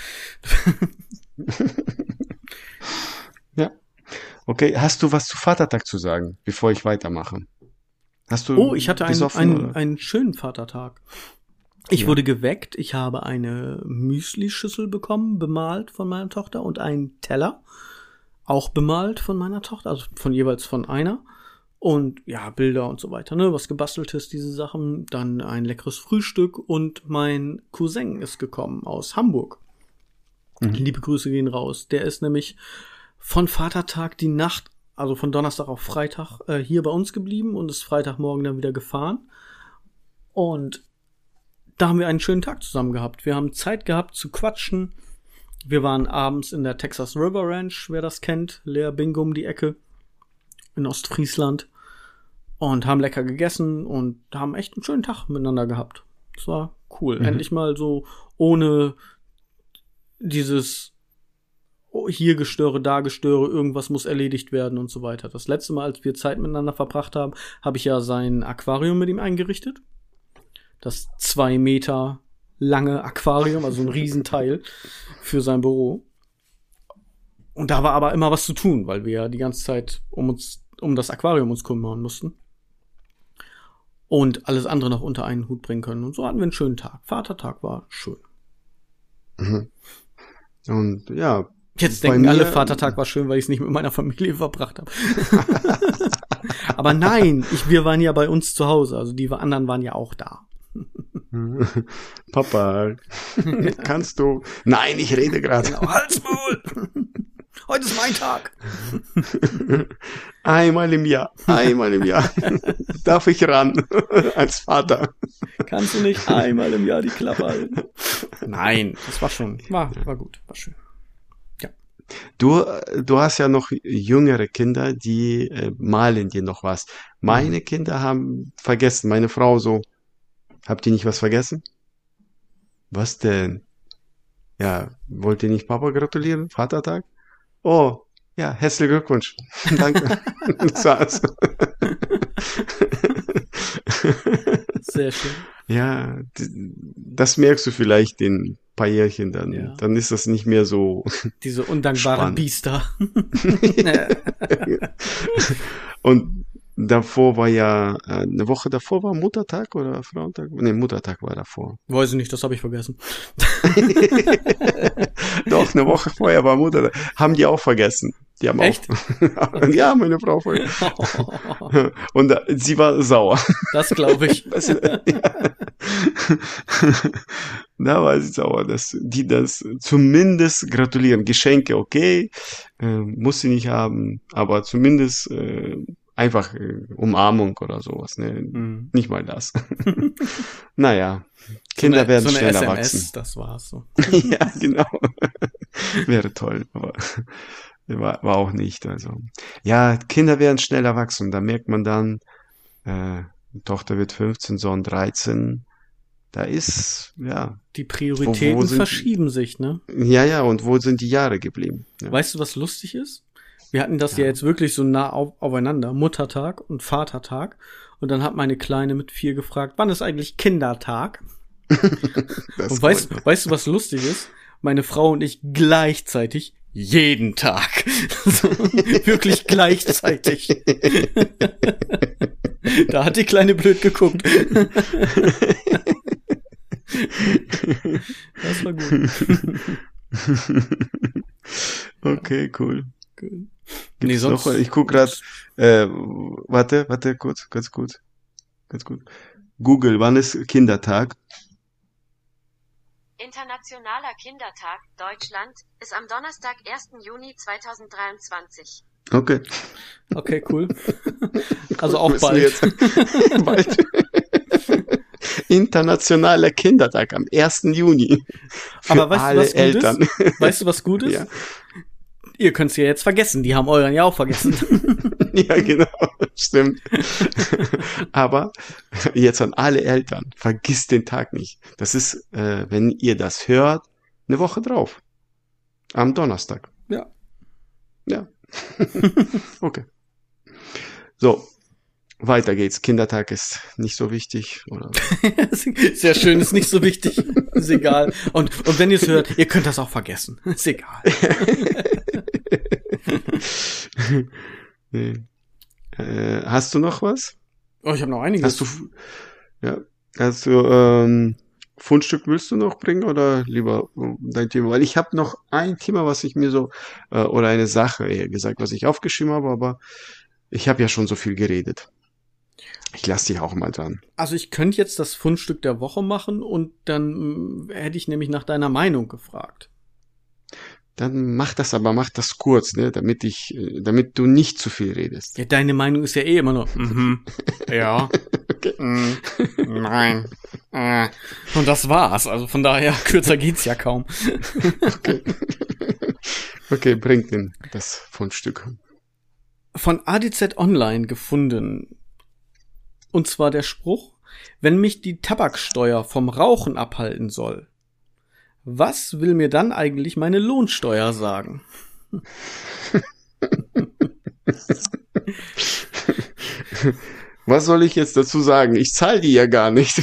Ja. Okay, hast du was zu Vatertag zu sagen, bevor ich weitermache? Hast du Oh, ich hatte einen, gesoffen, einen, oder? einen schönen Vatertag. Ich Ja. wurde geweckt, ich habe eine Müsli-Schüssel bekommen, bemalt von meiner Tochter und einen Teller, auch bemalt von meiner Tochter, also von jeweils von einer. Und ja, Bilder und so weiter, ne, was gebasteltes, diese Sachen. Dann ein leckeres Frühstück und mein Cousin ist gekommen aus Hamburg. Mhm. Liebe Grüße gehen raus. Der ist nämlich von Vatertag die Nacht, also von Donnerstag auf Freitag, äh, hier bei uns geblieben und ist Freitagmorgen dann wieder gefahren. Und da haben wir einen schönen Tag zusammen gehabt. Wir haben Zeit gehabt zu quatschen. Wir waren abends in der Texas River Ranch, wer das kennt, Leer Bingo um die Ecke in Ostfriesland und haben lecker gegessen und haben echt einen schönen Tag miteinander gehabt. Das war cool. Mhm. Endlich mal so ohne dieses oh, hier Gestöre, da Gestöre, irgendwas muss erledigt werden und so weiter. Das letzte Mal, als wir Zeit miteinander verbracht haben, habe ich ja sein Aquarium mit ihm eingerichtet. Das zwei Meter lange Aquarium, also ein Riesenteil für sein Büro. Und da war aber immer was zu tun, weil wir ja die ganze Zeit um uns, um das Aquarium uns kümmern mussten. Und alles andere noch unter einen Hut bringen können. Und so hatten wir einen schönen Tag. Vatertag war schön. Mhm. Und ja, Jetzt bei denken mir- alle, Vatertag war schön, weil ich es nicht mit meiner Familie verbracht habe. Aber nein, ich, wir waren ja bei uns zu Hause. Also die anderen waren ja auch da. Papa, kannst du? Nein, ich rede gerade. Genau, Halsmaul! Heute ist mein Tag. Einmal im Jahr, einmal im Jahr darf ich ran als Vater. Kannst du nicht einmal im Jahr die Klappe halten? Nein, das war schon, war, war gut, war schön. Du, du hast ja noch jüngere Kinder, die äh, malen dir noch was. Meine Kinder haben vergessen, meine Frau so, habt ihr nicht was vergessen? Was denn? Ja, wollt ihr nicht Papa gratulieren? Vatertag? Oh, ja, herzlichen Glückwunsch. Danke. Das war's. Sehr schön. Ja, d- das merkst du vielleicht in ein paar Jährchen dann. Ja. Dann ist das nicht mehr so. Diese undankbaren Spannend. Biester. Und davor war ja, äh, eine Woche davor war Muttertag oder Frauentag? Nee, Muttertag war davor. Weiß ich nicht, das habe ich vergessen. Doch, eine Woche vorher war Muttertag. Haben die auch vergessen. Die haben Echt? auch. Ja, meine Frau vergessen. Und äh, sie war sauer. Das glaube ich. Das, ja. Da war sie sauer, dass die das zumindest gratulieren. Geschenke, okay, äh, muss sie nicht haben, aber zumindest äh, einfach äh, Umarmung oder sowas. Ne? Hm. Nicht mal das. Naja, Kinder so eine, werden so eine schnell S M S, erwachsen. das war's so. Ja, genau. Wäre toll, aber war, war auch nicht. Also ja, Kinder werden schnell erwachsen. Da merkt man dann, äh, die Tochter wird fünfzehn, Sohn dreizehn. Da ist, ja, Die Prioritäten Wo- wo sind- verschieben sich, ne? ja, ja, und wo sind die Jahre geblieben? Ja. Weißt du, was lustig ist? Wir hatten das ja, Ja. jetzt wirklich so nah auf, aufeinander. Muttertag und Vatertag. Und dann hat meine Kleine mit vier gefragt, wann ist eigentlich Kindertag? Das Und ist weißt, gut. weißt du, was lustig ist? Meine Frau und ich gleichzeitig jeden Tag. So, wirklich gleichzeitig. Da hat die Kleine blöd geguckt. Das war gut. Okay, cool. Cool. Gibt's Nee, sonst- noch? Ich guck gerade. Äh, warte, warte, kurz, ganz gut, ganz gut. Google, wann ist Kindertag? Internationaler Kindertag Deutschland ist am Donnerstag, ersten Juni zweitausenddreiundzwanzig. Okay. Okay, cool. Also auch Müssen wir bald. jetzt- bald. Internationaler Kindertag am ersten Juni. Für Aber weißt du, alle was gut Eltern. ist? Weißt du, was gut ist? Ja. Ihr könnt's ja jetzt vergessen. Die haben euren ja auch vergessen. Ja, genau, stimmt. Aber jetzt an alle Eltern, vergisst den Tag nicht. Das ist, äh, wenn ihr das hört, eine Woche drauf. Am Donnerstag. Ja. Ja. Okay. So, weiter geht's. Kindertag ist nicht so wichtig. Oder? Sehr schön, ist nicht so wichtig. Ist egal. Und, und wenn ihr es hört, ihr könnt das auch vergessen. Ist egal. Nee. Äh, hast du noch was? Oh, ich habe noch einiges. Hast du, f- ja, hast du, ähm, Fundstück willst du noch bringen oder lieber äh, dein Thema? Weil ich habe noch ein Thema, was ich mir so, äh, oder eine Sache eher gesagt, was ich aufgeschrieben habe, aber ich habe ja schon so viel geredet. Ich lasse dich auch mal dran. Also ich könnte jetzt das Fundstück der Woche machen und dann mm, hätte ich nämlich nach deiner Meinung gefragt. Dann mach das aber, mach das kurz, ne, damit ich, äh, damit du nicht zu viel redest. Ja, deine Meinung ist ja eh immer noch, mhm, ja, mm, nein, äh. Und das war's. Also von daher, kürzer geht's ja kaum. Okay. Okay, bring den, das Fundstück. Von A D Z Online gefunden. Und zwar der Spruch, wenn mich die Tabaksteuer vom Rauchen abhalten soll, was will mir dann eigentlich meine Lohnsteuer sagen? Was soll ich jetzt dazu sagen? Ich zahle die ja gar nicht.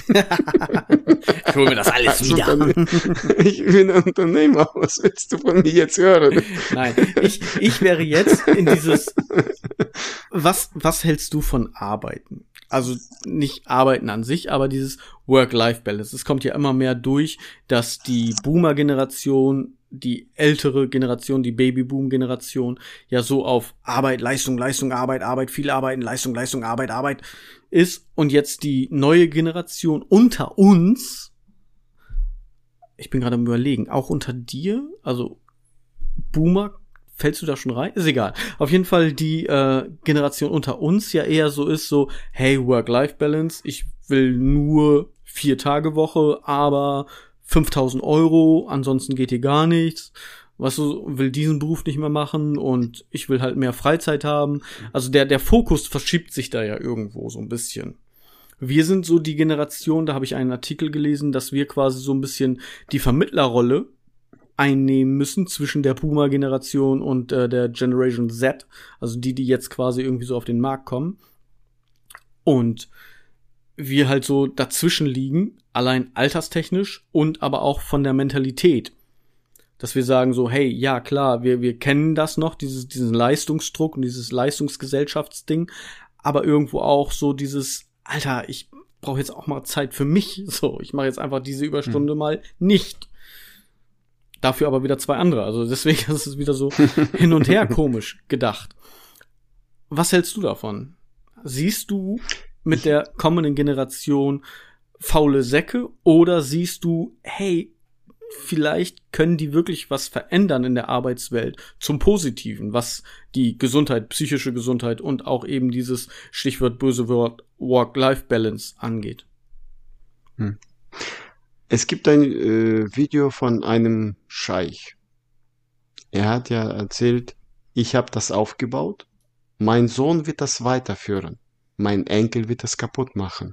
Ich hol mir das alles Also wieder. dann- ich bin ein Unternehmer. Was willst du von mir jetzt hören? Nein, ich, ich wäre jetzt in dieses, was, was hältst du von Arbeiten? Also nicht Arbeiten an sich, aber dieses Work-Life-Balance. Es kommt ja immer mehr durch, dass die Boomer-Generation, die ältere Generation, die Baby-Boom-Generation ja so auf Arbeit, Leistung, Leistung, Arbeit, Arbeit, viel arbeiten, Leistung, Leistung, Arbeit, Arbeit ist. Und jetzt die neue Generation unter uns, ich bin gerade am Überlegen, auch unter dir, also Boomer, fällst du da schon rein? Ist egal. Auf jeden Fall die äh, Generation unter uns ja eher so ist, so, hey, Work-Life-Balance, ich will nur vier Tage Woche, aber fünftausend Euro, ansonsten geht hier gar nichts. Was du, will diesen Beruf nicht mehr machen und ich will halt mehr Freizeit haben. Also der, der Fokus verschiebt sich da ja irgendwo so ein bisschen. Wir sind so die Generation, da habe ich einen Artikel gelesen, dass wir quasi so ein bisschen die Vermittlerrolle einnehmen müssen zwischen der Boomer-Generation und äh, der Generation Z, also die, die jetzt quasi irgendwie so auf den Markt kommen. Und wir halt so dazwischen liegen, allein alterstechnisch und aber auch von der Mentalität. Dass wir sagen so, hey, ja klar, wir wir kennen das noch, dieses diesen Leistungsdruck und dieses Leistungsgesellschaftsding, aber irgendwo auch so dieses, Alter, ich brauche jetzt auch mal Zeit für mich, so, ich mache jetzt einfach diese Überstunde Hm. mal nicht. Dafür aber wieder zwei andere. Also deswegen ist es wieder so hin und her komisch gedacht. Was hältst du davon? Siehst du mit der kommenden Generation faule Säcke oder siehst du, hey, vielleicht können die wirklich was verändern in der Arbeitswelt zum Positiven, was die Gesundheit, psychische Gesundheit und auch eben dieses Stichwort böse Wort Work-Life-Balance angeht? Hm. Es gibt ein äh, Video von einem Scheich. Er hat ja erzählt, ich habe das aufgebaut, mein Sohn wird das weiterführen, mein Enkel wird das kaputt machen.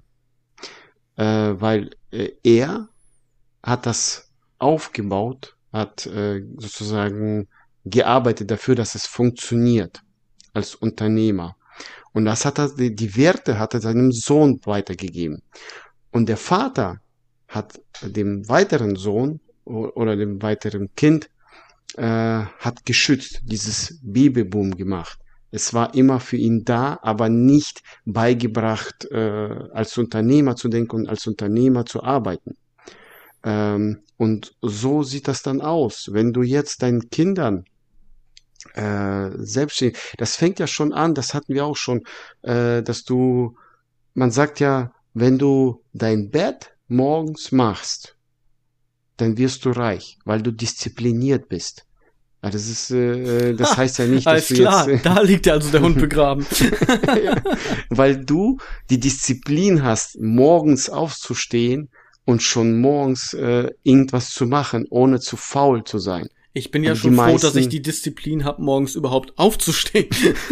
Äh, weil äh, er hat das aufgebaut, hat äh, sozusagen gearbeitet dafür, dass es funktioniert als Unternehmer. Und das hat er, die, die Werte hat er seinem Sohn weitergegeben. Und der Vater hat dem weiteren Sohn o- oder dem weiteren Kind äh, hat geschützt, dieses Babyboom gemacht. Es war immer für ihn da, aber nicht beigebracht, äh, als Unternehmer zu denken und als Unternehmer zu arbeiten. Ähm, und so sieht das dann aus. Wenn du jetzt deinen Kindern äh, selbstständig, das fängt ja schon an, das hatten wir auch schon, äh, dass du, man sagt ja, wenn du dein Bett morgens machst, dann wirst du reich, weil du diszipliniert bist. Ja, das ist, äh, das Ha, heißt ja nicht, alles dass du klar, jetzt, da liegt also der Hund begraben. ja, weil du die Disziplin hast, morgens aufzustehen und schon morgens äh, irgendwas zu machen, ohne zu faul zu sein. Ich bin ja Also die schon froh, dass ich meisten, die Disziplin habe, morgens überhaupt aufzustehen.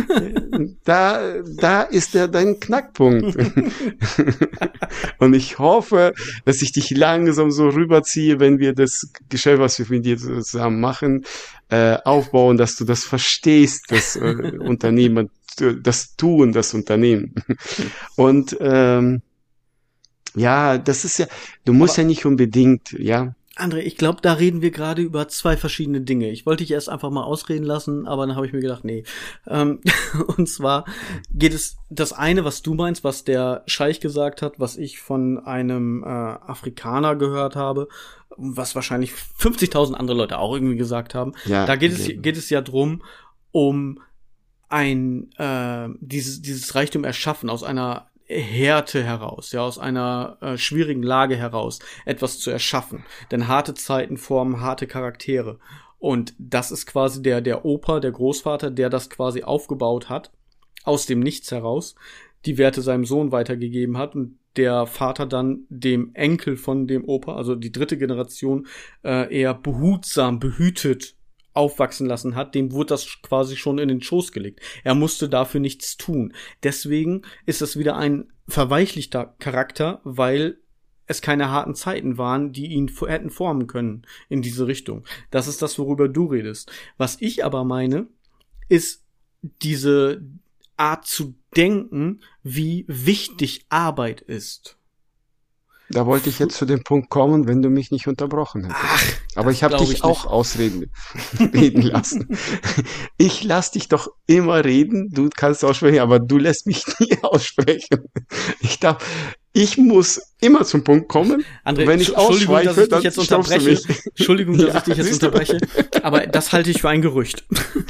da, da ist der dein Knackpunkt. Und ich hoffe, dass ich dich langsam so rüberziehe, wenn wir das Geschäft, was wir mit dir zusammen machen, äh, aufbauen, dass du das verstehst, das äh, Unternehmen, das Tun, das Unternehmen. Und ähm, ja, das ist ja, du musst Aber ja nicht unbedingt, ja, André, ich glaube, da reden wir gerade über zwei verschiedene Dinge. Ich wollte dich erst einfach mal ausreden lassen, aber dann habe ich mir gedacht, nee. Ähm, und zwar geht es das eine, was du meinst, was der Scheich gesagt hat, was ich von einem äh, Afrikaner gehört habe, was wahrscheinlich fünfzigtausend andere Leute auch irgendwie gesagt haben. ja, Da geht es geht es ja drum, um ein äh, dieses dieses Reichtum erschaffen aus einer Härte heraus, ja, aus einer äh, schwierigen Lage heraus etwas zu erschaffen. Denn harte Zeiten formen harte Charaktere. Und das ist quasi der der Opa, der Großvater, der das quasi aufgebaut hat, aus dem Nichts heraus, die Werte seinem Sohn weitergegeben hat und der Vater dann dem Enkel von dem Opa, also die dritte Generation, äh, eher behutsam, behütet aufwachsen lassen hat, dem wurde das quasi schon in den Schoß gelegt. Er musste dafür nichts tun. Deswegen ist das wieder ein verweichlichter Charakter, weil es keine harten Zeiten waren, die ihn hätten formen können in diese Richtung. Das ist das, worüber du redest. Was ich aber meine, ist diese Art zu denken, wie wichtig Arbeit ist. Da wollte ich jetzt zu dem Punkt kommen, wenn du mich nicht unterbrochen hättest. Ach, Aber das ich habe glaube dich ich auch nicht. ausreden reden lassen. Ich lass dich doch immer reden. Du kannst aussprechen, aber du lässt mich nie aussprechen. Ich darf, ich muss immer zum Punkt kommen. André, Wenn ich Entschuldigung, dass ausschweife, ich dich dann jetzt stoppst du unterbreche. mich. Entschuldigung, dass Ja, ich dich jetzt siehst du? unterbreche. Aber das halte ich für ein Gerücht.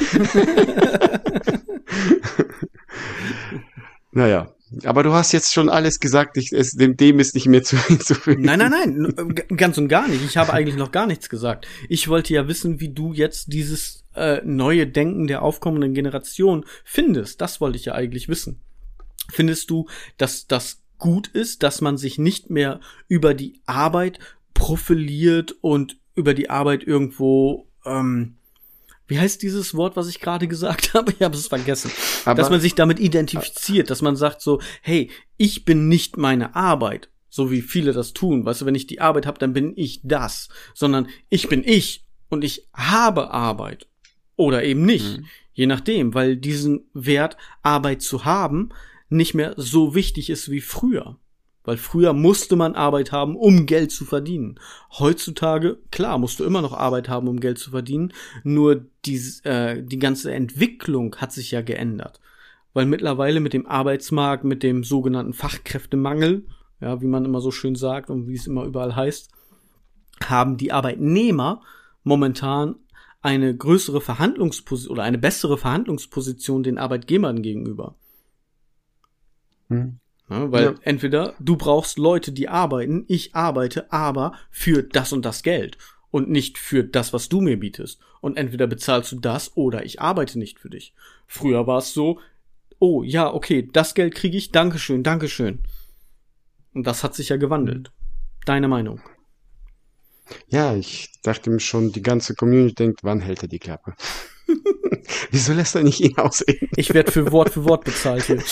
Naja, aber du hast jetzt schon alles gesagt. Ich, es, dem, dem ist nicht mehr zu hinzufügen. Nein, nein, nein, g- ganz und gar nicht. Ich habe eigentlich noch gar nichts gesagt. Ich wollte ja wissen, wie du jetzt dieses äh, neue Denken der aufkommenden Generation findest. Das wollte ich ja eigentlich wissen. Findest du, dass das gut ist, dass man sich nicht mehr über die Arbeit profiliert und über die Arbeit irgendwo, ähm, wie heißt dieses Wort, was ich gerade gesagt habe? Ich habe es vergessen. Aber Dass man sich damit identifiziert, dass man sagt so, hey, ich bin nicht meine Arbeit, so wie viele das tun. Weißt du, wenn ich die Arbeit habe, dann bin ich das. Sondern ich bin ich und ich habe Arbeit. Oder eben nicht. Mhm. Je nachdem, weil diesen Wert, Arbeit zu haben, nicht mehr so wichtig ist wie früher. Weil früher musste man Arbeit haben, um Geld zu verdienen. Heutzutage, klar, musst du immer noch Arbeit haben, um Geld zu verdienen. Nur die, äh, die ganze Entwicklung hat sich ja geändert. Weil mittlerweile mit dem Arbeitsmarkt, mit dem sogenannten Fachkräftemangel, ja, wie man immer so schön sagt und wie es immer überall heißt, haben die Arbeitnehmer momentan eine größere Verhandlungsposition oder eine bessere Verhandlungsposition den Arbeitgebern gegenüber. Hm. Ja, weil Ja. entweder du brauchst Leute, die arbeiten, ich arbeite, aber für das und das Geld und nicht für das, was du mir bietest. Und entweder bezahlst du das oder ich arbeite nicht für dich. Früher war es so, oh ja, okay, das Geld kriege ich, Dankeschön, Dankeschön. Und das hat sich ja gewandelt. Deine Meinung? Ja, ich dachte mir schon, die ganze Community denkt, wann hält er die Klappe? Wieso lässt er nicht ihn ausreden? Ich werde für Wort für Wort bezahlt hier.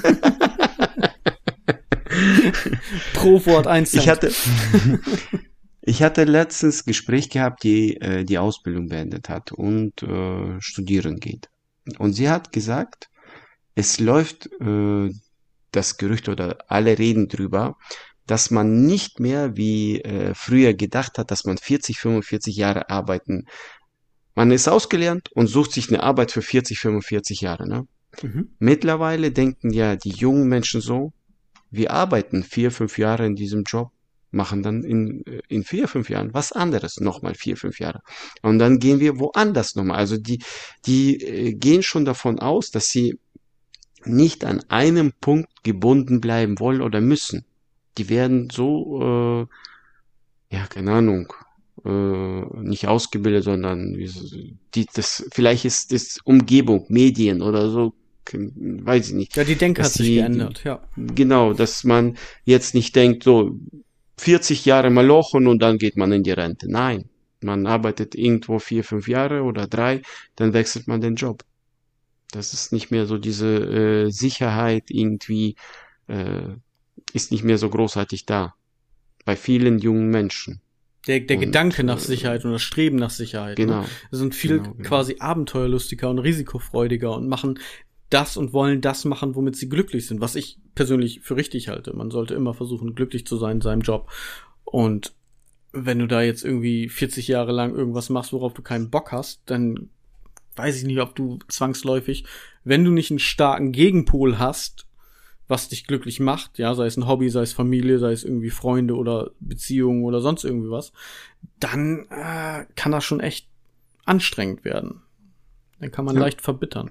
Pro Wort eins Cent. Ich hatte, ich hatte letztens Gespräch gehabt, die äh, die Ausbildung beendet hat und äh, studieren geht. Und sie hat gesagt, es läuft äh, das Gerücht oder alle reden drüber, dass man nicht mehr wie äh, früher gedacht hat, dass man vierzig, fünfundvierzig Jahre arbeiten. Man ist ausgelernt und sucht sich eine Arbeit für vierzig, fünfundvierzig Jahre, ne? Mhm. Mittlerweile denken ja die jungen Menschen so, wir arbeiten vier, fünf Jahre in diesem Job, machen dann in, in vier, fünf Jahren was anderes, nochmal vier, fünf Jahre. Und dann gehen wir woanders nochmal. Also die, die äh, gehen schon davon aus, dass sie nicht an einem Punkt gebunden bleiben wollen oder müssen. Die werden so, äh, ja, keine Ahnung, äh, nicht ausgebildet, sondern wie, die, das, vielleicht ist das Umgebung, Medien oder so, weiß ich nicht. Ja, die Denke hat Dass sich die, geändert, ja. genau, dass man jetzt nicht denkt, so vierzig Jahre mal lochen und dann geht man in die Rente. Nein, man arbeitet irgendwo vier, fünf Jahre oder drei, dann wechselt man den Job. Das ist nicht mehr so diese äh, Sicherheit irgendwie, äh, ist nicht mehr so großartig da. Bei vielen jungen Menschen. Der, der Und, Gedanke nach äh, Sicherheit und das Streben nach Sicherheit. Genau. Ne? Sind viel Genau, genau. quasi abenteuerlustiger und risikofreudiger und machen das und wollen das machen, womit sie glücklich sind, was ich persönlich für richtig halte. Man sollte immer versuchen, glücklich zu sein in seinem Job. Und wenn du da jetzt irgendwie vierzig Jahre lang irgendwas machst, worauf du keinen Bock hast, dann weiß ich nicht, ob du zwangsläufig, wenn du nicht einen starken Gegenpol hast, was dich glücklich macht, ja, sei es ein Hobby, sei es Familie, sei es irgendwie Freunde oder Beziehungen oder sonst irgendwie was, dann äh, kann das schon echt anstrengend werden. Dann kann man Ja. leicht verbittern.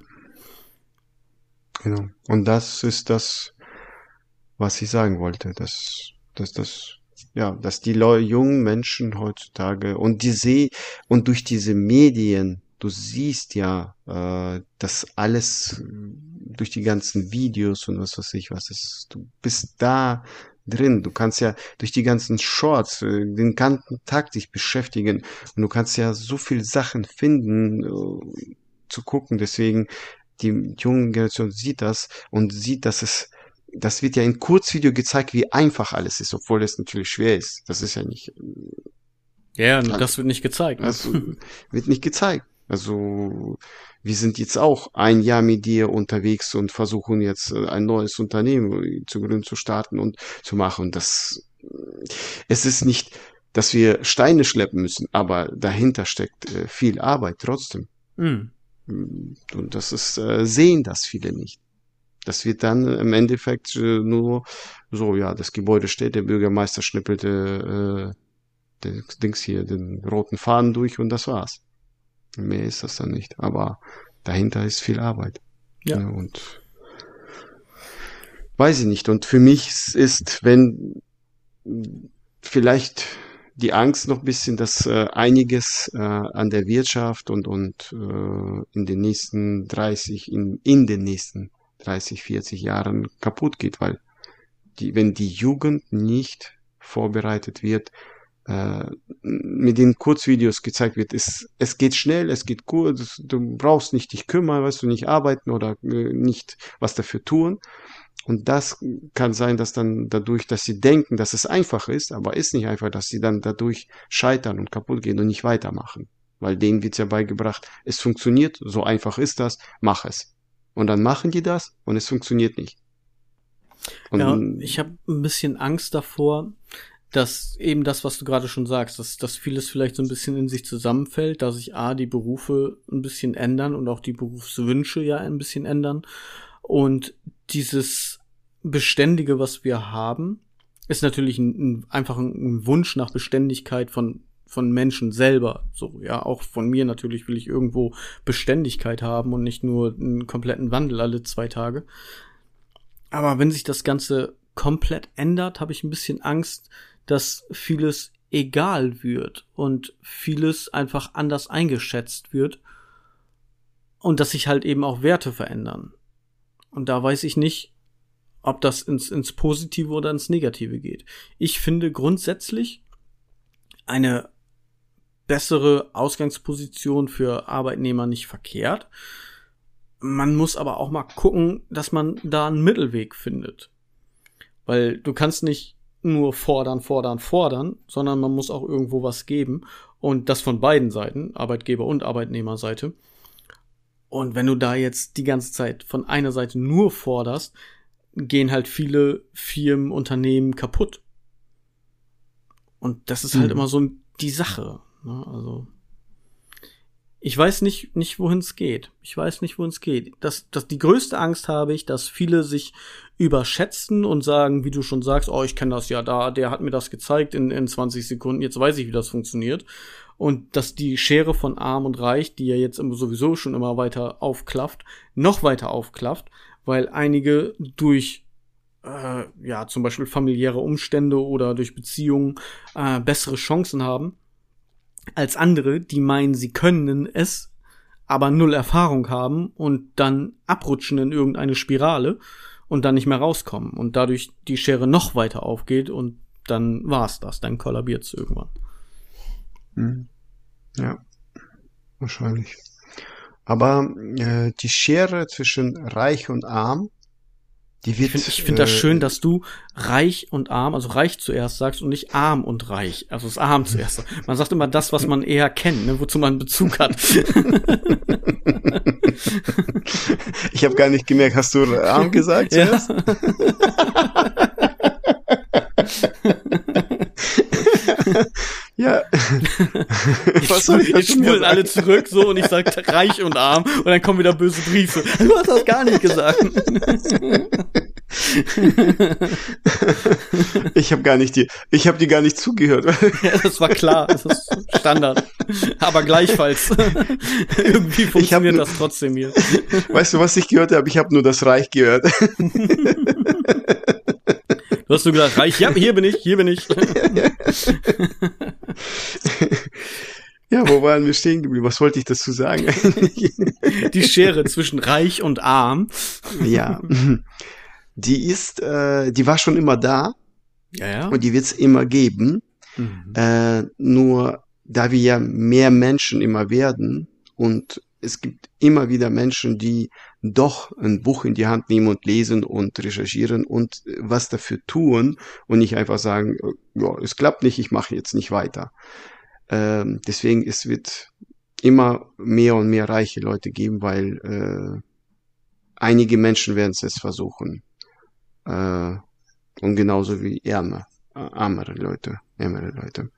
Genau. Und das ist das, was ich sagen wollte, dass, dass das, ja, dass die Leu jungen Menschen heutzutage und die seh und durch diese Medien, du siehst ja, äh, dass alles äh, durch die ganzen Videos und was weiß ich was ist, du bist da drin, du kannst ja durch die ganzen Shorts äh, den ganzen Tag dich beschäftigen und du kannst ja so viel Sachen finden, äh, zu gucken, deswegen die junge Generation sieht das und sieht, dass es, das wird ja in Kurzvideo gezeigt, wie einfach alles ist, obwohl es natürlich schwer ist. Das ist ja nicht, Ja, nur also, das wird nicht gezeigt. Ne? also wird nicht gezeigt. Also wir sind jetzt auch ein Jahr mit dir unterwegs und versuchen jetzt äh, ein neues Unternehmen zu gründen, zu starten und zu machen. Das, es ist nicht, dass wir Steine schleppen müssen, aber dahinter steckt äh, viel Arbeit trotzdem. Mm. Und das ist, äh, sehen das viele nicht. Das wird dann im Endeffekt äh, nur so, ja, das Gebäude steht, der Bürgermeister schnippelte äh, den Dings hier, den roten Faden durch und das war's. Mehr ist das dann nicht. Aber dahinter ist viel Arbeit. Ja. Ja, und weiß ich nicht. Und für mich ist, wenn vielleicht die Angst noch ein bisschen, dass äh, einiges äh, an der Wirtschaft und und äh, in den nächsten dreißig in in den nächsten dreißig, vierzig Jahren kaputt geht, weil die wenn die Jugend nicht vorbereitet wird, äh, mit den Kurzvideos gezeigt wird, es es geht schnell, es geht gut, du brauchst nicht dich kümmern, weißt du, nicht arbeiten oder äh, nicht was dafür tun. Und das kann sein, dass dann dadurch, dass sie denken, dass es einfach ist, aber ist nicht einfach, dass sie dann dadurch scheitern und kaputt gehen und nicht weitermachen. Weil denen wird ja beigebracht, es funktioniert, so einfach ist das, mach es. Und dann machen die das und es funktioniert nicht. Und Ja, ich habe ein bisschen Angst davor, dass eben das, was du gerade schon sagst, dass, dass vieles vielleicht so ein bisschen in sich zusammenfällt, dass sich A, die Berufe ein bisschen ändern und auch die Berufswünsche ja ein bisschen ändern. Und dieses Beständige, was wir haben, ist natürlich ein, ein, einfach ein Wunsch nach Beständigkeit von von Menschen selber. So, ja, auch von mir natürlich will ich irgendwo Beständigkeit haben und nicht nur einen kompletten Wandel alle zwei Tage. Aber wenn sich das Ganze komplett ändert, habe ich ein bisschen Angst, dass vieles egal wird und vieles einfach anders eingeschätzt wird und dass sich halt eben auch Werte verändern. Und da weiß ich nicht, ob das ins, ins Positive oder ins Negative geht. Ich finde grundsätzlich eine bessere Ausgangsposition für Arbeitnehmer nicht verkehrt. Man muss aber auch mal gucken, dass man da einen Mittelweg findet. Weil du kannst nicht nur fordern, fordern, fordern, sondern man muss auch irgendwo was geben. Und das von beiden Seiten, Arbeitgeber- und Arbeitnehmerseite. Und wenn du da jetzt die ganze Zeit von einer Seite nur forderst, gehen halt viele Firmen, Unternehmen kaputt. Und das ist halt Mhm. immer so die Sache. Ne? Also Ich weiß nicht, nicht wohin es geht. Ich weiß nicht, wohin es geht. Das, das, die größte Angst habe ich, dass viele sich überschätzen und sagen, wie du schon sagst, oh, ich kenne das ja da, der hat mir das gezeigt in, in zwanzig Sekunden, jetzt weiß ich, wie das funktioniert. Und dass die Schere von Arm und Reich, die ja jetzt sowieso schon immer weiter aufklafft, noch weiter aufklafft, weil einige durch äh, ja zum Beispiel familiäre Umstände oder durch Beziehungen äh, bessere Chancen haben als andere, die meinen, sie können es, aber null Erfahrung haben und dann abrutschen in irgendeine Spirale und dann nicht mehr rauskommen und dadurch die Schere noch weiter aufgeht und dann war's das, dann kollabiert's irgendwann. Ja, wahrscheinlich. Aber äh, die Schere zwischen Reich und Arm, die wird... Ich finde ich find das schön, dass du reich und arm, also reich zuerst sagst und nicht arm und reich, also das arm zuerst. Man sagt immer das, was man eher kennt, ne, wozu man Bezug hat. Ich habe gar nicht gemerkt, hast du arm gesagt zuerst? Ja. Ja. Ich Was soll ich jetzt spulen alle zurück so und ich sag reich und arm und dann kommen wieder böse Briefe. Du hast das gar nicht gesagt. Ich habe gar nicht die, ich habe die gar nicht zugehört. Ja, das war klar, das ist Standard. Aber gleichfalls. Irgendwie funktioniert nur, das trotzdem hier. Weißt du, was ich gehört habe? Ich habe nur das Reich gehört. Du hast nur gesagt, reich, ja, hier bin ich, hier bin ich. Ja, wo waren wir stehen geblieben? Was wollte ich dazu sagen? Die Schere zwischen reich und arm. Ja, die ist, äh, die war schon immer da. Ja, ja. Und die wird es immer geben. Mhm. Äh, nur, da wir ja mehr Menschen immer werden und es gibt immer wieder Menschen, die doch ein Buch in die Hand nehmen und lesen und recherchieren und was dafür tun und nicht einfach sagen, ja, es klappt nicht, ich mache jetzt nicht weiter. Ähm, deswegen, es wird immer mehr und mehr reiche Leute geben, weil äh, einige Menschen werden es jetzt versuchen. Äh, und genauso wie ärmer, ärmere Leute, ärmere Leute.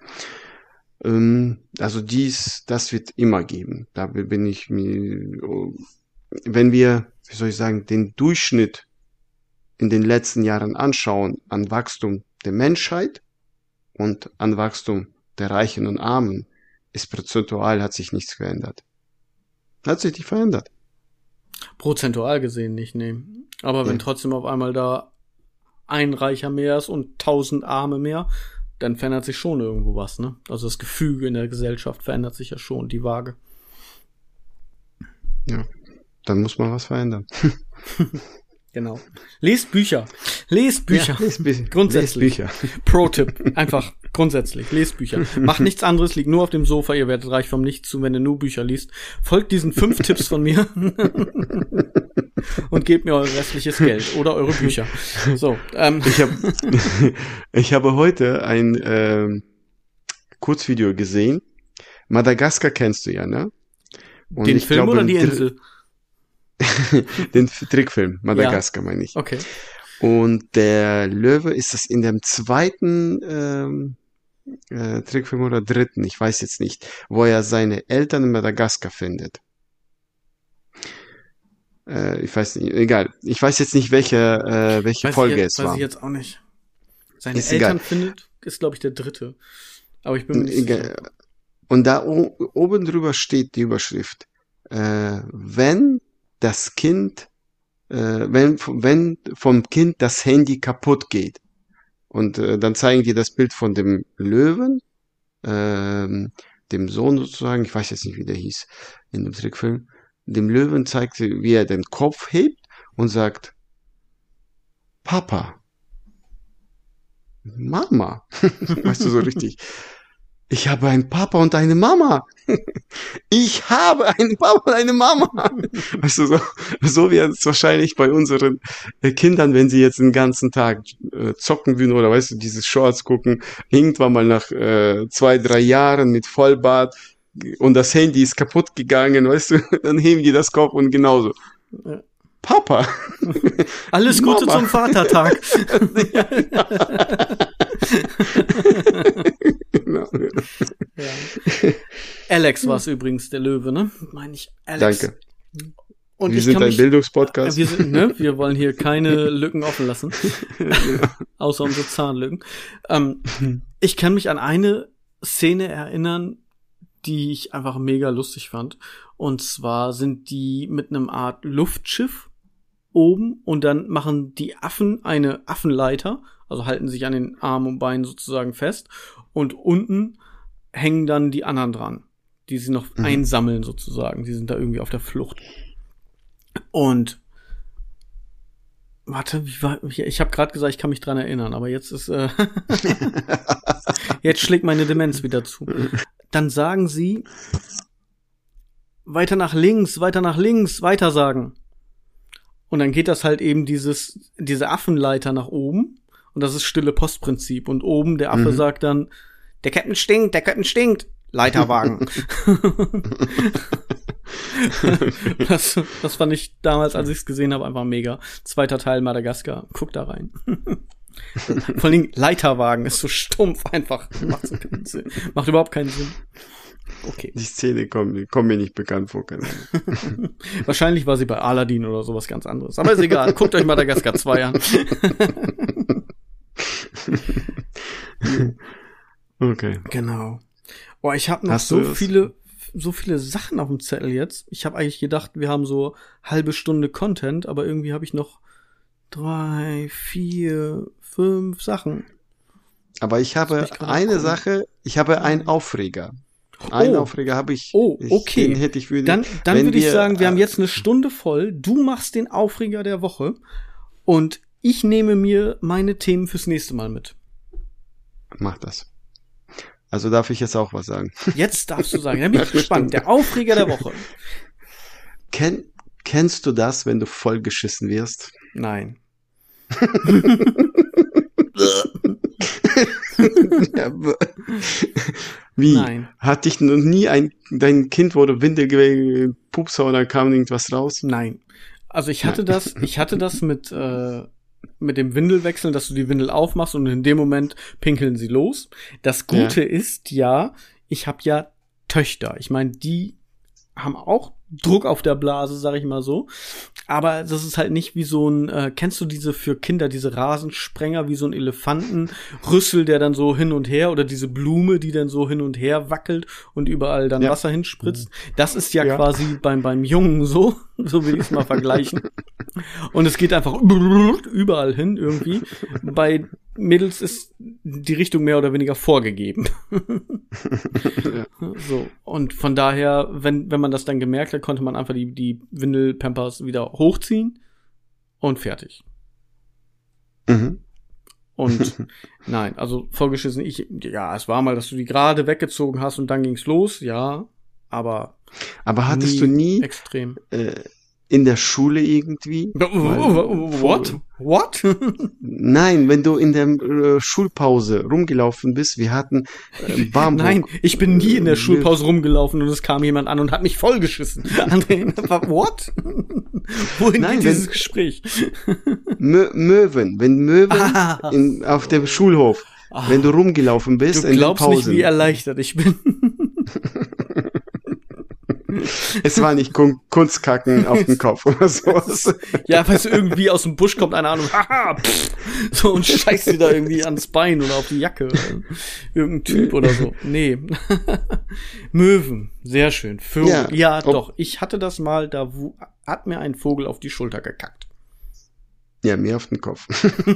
Also dies, das wird immer geben. Da bin ich mir, wenn wir, wie soll ich sagen, den Durchschnitt in den letzten Jahren anschauen an Wachstum der Menschheit und an Wachstum der Reichen und Armen, ist prozentual, hat sich nichts verändert. Hat sich nicht verändert. Prozentual gesehen nicht, nee. Aber wenn ja. trotzdem auf einmal da ein Reicher mehr ist und tausend Arme mehr, dann verändert sich schon irgendwo was, ne? Also das Gefüge in der Gesellschaft verändert sich ja schon, die Waage. Ja, dann muss man was verändern. Genau. Lest Bücher. Lest Bücher. Ja, lest Bü- grundsätzlich. Lest Bücher. Pro-Tipp. Einfach grundsätzlich. Lest Bücher. Macht nichts anderes, liegt nur auf dem Sofa, ihr werdet reich vom Nichts zu, wenn ihr nur Bücher liest. Folgt diesen fünf Tipps von mir. Und gebt mir euer restliches Geld oder eure Bücher. So, ähm. Ich, hab, ich habe heute ein ähm, Kurzvideo gesehen. Madagaskar kennst du ja, ne? Und den Film glaube, oder die Insel? Den Trickfilm, Madagaskar, ja. meine ich. Okay. Und der Löwe, ist das in dem zweiten ähm, äh, Trickfilm oder dritten, ich weiß jetzt nicht, wo er seine Eltern in Madagaskar findet. Ich weiß nicht, egal. Ich weiß jetzt nicht, welche, äh, welche weiß Folge jetzt, es war. Weiß ich jetzt auch nicht. Seine ist Eltern egal. findet, ist glaube ich der dritte. Aber ich bin mir nicht egal. sicher. Und da o- oben drüber steht die Überschrift, äh, wenn das Kind, äh, wenn, wenn vom Kind das Handy kaputt geht. Und äh, dann zeigen die das Bild von dem Löwen, äh, dem Sohn sozusagen, ich weiß jetzt nicht, wie der hieß, in dem Trickfilm. Dem Löwen zeigt sie, wie er den Kopf hebt und sagt, Papa, Mama, weißt du, so richtig, ich habe einen Papa und eine Mama, ich habe einen Papa und eine Mama, weißt du, so, so wäre es wahrscheinlich bei unseren Kindern, wenn sie jetzt den ganzen Tag äh, zocken würden oder, weißt du, diese Shorts gucken, irgendwann mal nach äh, zwei, drei Jahren mit Vollbart, und das Handy ist kaputt gegangen, weißt du, dann heben die das Kopf und genauso. Ja. Papa! Alles Gute Mama. Zum Vatertag! Genau. Ja. Alex war es übrigens, der Löwe, ne? Meine ich, Alex. Danke. Und wir ich sind kann ein mich, Bildungspodcast. Wir, sind, ne? Wir wollen hier keine Lücken offen lassen. Außer unsere Zahnlücken. Ähm, ich kann mich an eine Szene erinnern, die ich einfach mega lustig fand. Und zwar sind die mit einem Art Luftschiff oben und dann machen die Affen eine Affenleiter, also halten sich an den Armen und Beinen sozusagen fest. Und unten hängen dann die anderen dran, die sie noch mhm. einsammeln sozusagen. Die sind da irgendwie auf der Flucht. Und warte, wie war, ich habe gerade gesagt, ich kann mich dran erinnern, aber jetzt ist äh, jetzt schlägt meine Demenz wieder zu. Dann sagen sie weiter nach links, weiter nach links, weiter sagen. Und dann geht das halt eben dieses diese Affenleiter nach oben und das ist stille Postprinzip und oben der Affe mhm. sagt dann, der Captain stinkt, der Captain stinkt, Leiterwagen. das, das fand ich damals, als ich es gesehen habe, einfach mega. Zweiter Teil Madagaskar. Guck da rein. Vor allen Dingen Leiterwagen ist so stumpf einfach. Macht, so keinen Sinn. Macht überhaupt keinen Sinn. Okay. Die Szene kommt, kommt mir nicht bekannt vor. Wahrscheinlich war sie bei Aladdin oder sowas ganz anderes. Aber ist egal. Guckt euch Madagaskar zwei an. Okay. Genau. Boah, ich habe noch Hast so viele so viele Sachen auf dem Zettel jetzt. Ich habe eigentlich gedacht, wir haben so halbe Stunde Content, aber irgendwie habe ich noch drei, vier, fünf Sachen. Aber ich habe ich eine gucken. Sache, ich habe einen Aufreger. Einen oh. Aufreger habe ich. Oh, okay. Den hätte ich würde, dann dann würde ich sagen, wir äh, haben jetzt eine Stunde voll. Du machst den Aufreger der Woche und ich nehme mir meine Themen fürs nächste Mal mit. Mach das. Also darf ich jetzt auch was sagen? Jetzt darfst du sagen. Da bin ich gespannt. Der Aufreger der Woche. Kenn, kennst du das, wenn du vollgeschissen wirst? Nein. Wie? Nein. Hat dich noch nie ein, dein Kind wurde Windel Pupser oder kam irgendwas raus? Nein. Also ich hatte Nein. das, ich hatte das mit, äh, mit dem Windelwechseln, dass du die Windel aufmachst und in dem Moment pinkeln sie los. Das Gute ja. ist ja, ich habe ja Töchter. Ich meine, die haben auch Druck auf der Blase, sag ich mal so. Aber das ist halt nicht wie so ein, äh, kennst du diese für Kinder, diese Rasensprenger, wie so ein Elefantenrüssel, der dann so hin und her, oder diese Blume, die dann so hin und her wackelt und überall dann ja. Wasser hinspritzt. Das ist ja, ja. quasi beim, beim Jungen so, so will ich es mal vergleichen. Und es geht einfach überall hin irgendwie. Bei Mädels ist die Richtung mehr oder weniger vorgegeben. ja. So. Und von daher, wenn, wenn man das dann gemerkt hat, konnte man einfach die, die Windelpampers wieder hochziehen und fertig. Mhm. Und nein, also vorgeschissen, ich, ja, es war mal, dass du die gerade weggezogen hast und dann ging's los, ja, aber aber hattest nie du nie extrem äh, in der Schule irgendwie? What? What? Nein, wenn du in der äh, Schulpause rumgelaufen bist, wir hatten äh, Bamberg. Nein, ich bin nie in der Schulpause rumgelaufen und es kam jemand an und hat mich vollgeschissen. What? Wohin Nein, geht dieses wenn, Gespräch? Mö- Möwen, wenn Möwen ah, in, auf dem Schulhof, ah, wenn du rumgelaufen bist du in glaubst den Pausen. Nicht, wie erleichtert ich bin. Es war nicht Kun- Kunstkacken auf dem Kopf oder sowas. Ja, weißt du, irgendwie aus dem Busch kommt eine Ahnung, haha, pff, so und scheißt dir da irgendwie ans Bein oder auf die Jacke. Irgendein Typ oder so. Nee. Möwen, sehr schön. Vögel. Ja, ja doch, ich hatte das mal, da wo, hat mir ein Vogel auf die Schulter gekackt. Ja, mir auf den Kopf.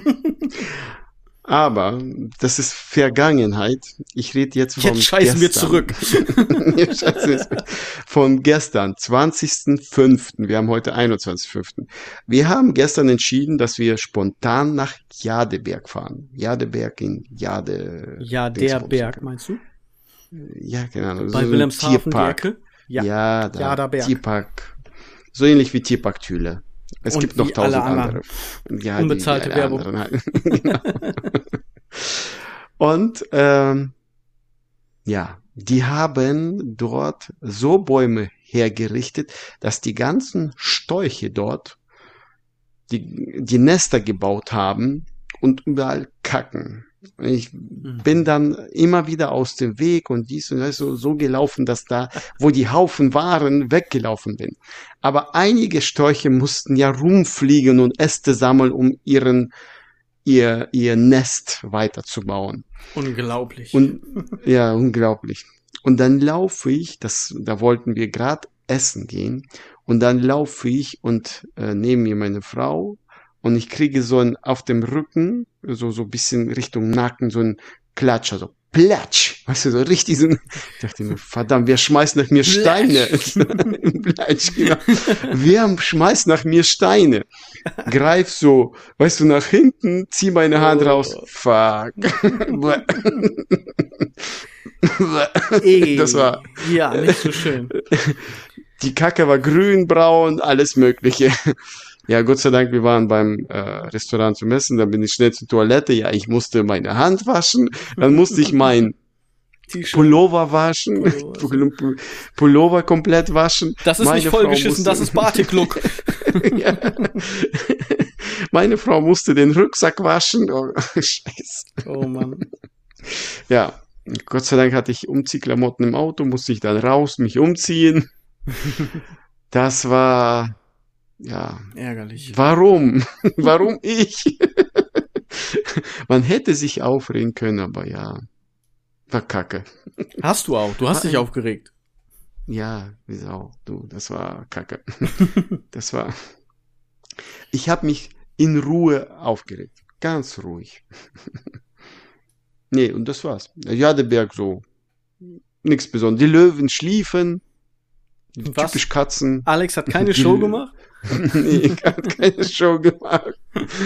Aber das ist Vergangenheit. Ich rede jetzt von Jetzt scheißen gestern. wir zurück. Von gestern, zwanzigsten fünften Wir haben heute einundzwanzigsten fünften Wir haben gestern entschieden, dass wir spontan nach Jadeberg fahren. Jadeberg in Jade... Ja, der Berg, meinst du? Ja, genau. Bei so Wilhelmshaven, die Ecke? Ja, ja da, Jaderberg. Tierpark. So ähnlich wie Tierpark Thüle. Es und gibt noch tausend andere. Ja, unbezahlte die, die Werbung. Halt. Genau. Und ähm, ja, die haben dort so Bäume hergerichtet, dass die ganzen Sträuche dort die, die Nester gebaut haben und überall kacken. Ich bin dann immer wieder aus dem Weg und dies und das so, so gelaufen, dass da, wo die Haufen waren, weggelaufen bin. Aber einige Störche mussten ja rumfliegen und Äste sammeln, um ihren, ihr, ihr Nest weiterzubauen. Unglaublich. Und, ja, unglaublich. Und dann laufe ich, das, da wollten wir gerade essen gehen, und dann laufe ich und äh, neben mir meine Frau, und ich kriege so ein, auf dem Rücken, so, so ein bisschen Richtung Nacken, so ein Klatscher, so Platsch, weißt du, so richtig so, ich dachte mir, verdammt, wer schmeißt nach mir Steine? Platsch, genau. Wer schmeißt nach mir Steine? Greif so, weißt du, nach hinten, zieh meine Hand Oh. raus, fuck. Ey, Das war, ja, nicht so schön. die Kacke war grün, braun, alles mögliche. Ja, Gott sei Dank, wir waren beim äh, Restaurant zum Essen, dann bin ich schnell zur Toilette, ja, ich musste meine Hand waschen, dann musste ich mein T-Shirt. Pullover waschen, Pullover. Pull- Pullover komplett waschen. Das ist Meine nicht Frau vollgeschissen, musste- das ist Batik-Look. Ja. Meine Frau musste den Rucksack waschen. Oh, Scheiße. Oh Mann. Ja, Gott sei Dank hatte ich Umziehklamotten im Auto, musste ich dann raus, mich umziehen. Das war, ja, Ärgerlich. warum? Warum ich? Man hätte sich aufregen können, aber ja, war kacke. Hast du auch. Du hast dich aufgeregt. Ja, wieso? Du, das war kacke. Das war, ich habe mich in Ruhe aufgeregt. Ganz ruhig. Nee, und das war's. Jadeberg so. Nichts Besonderes. Die Löwen schliefen. Was? Typisch Katzen. Alex hat keine Die- Show gemacht? Nee, ich habe keine Show gemacht.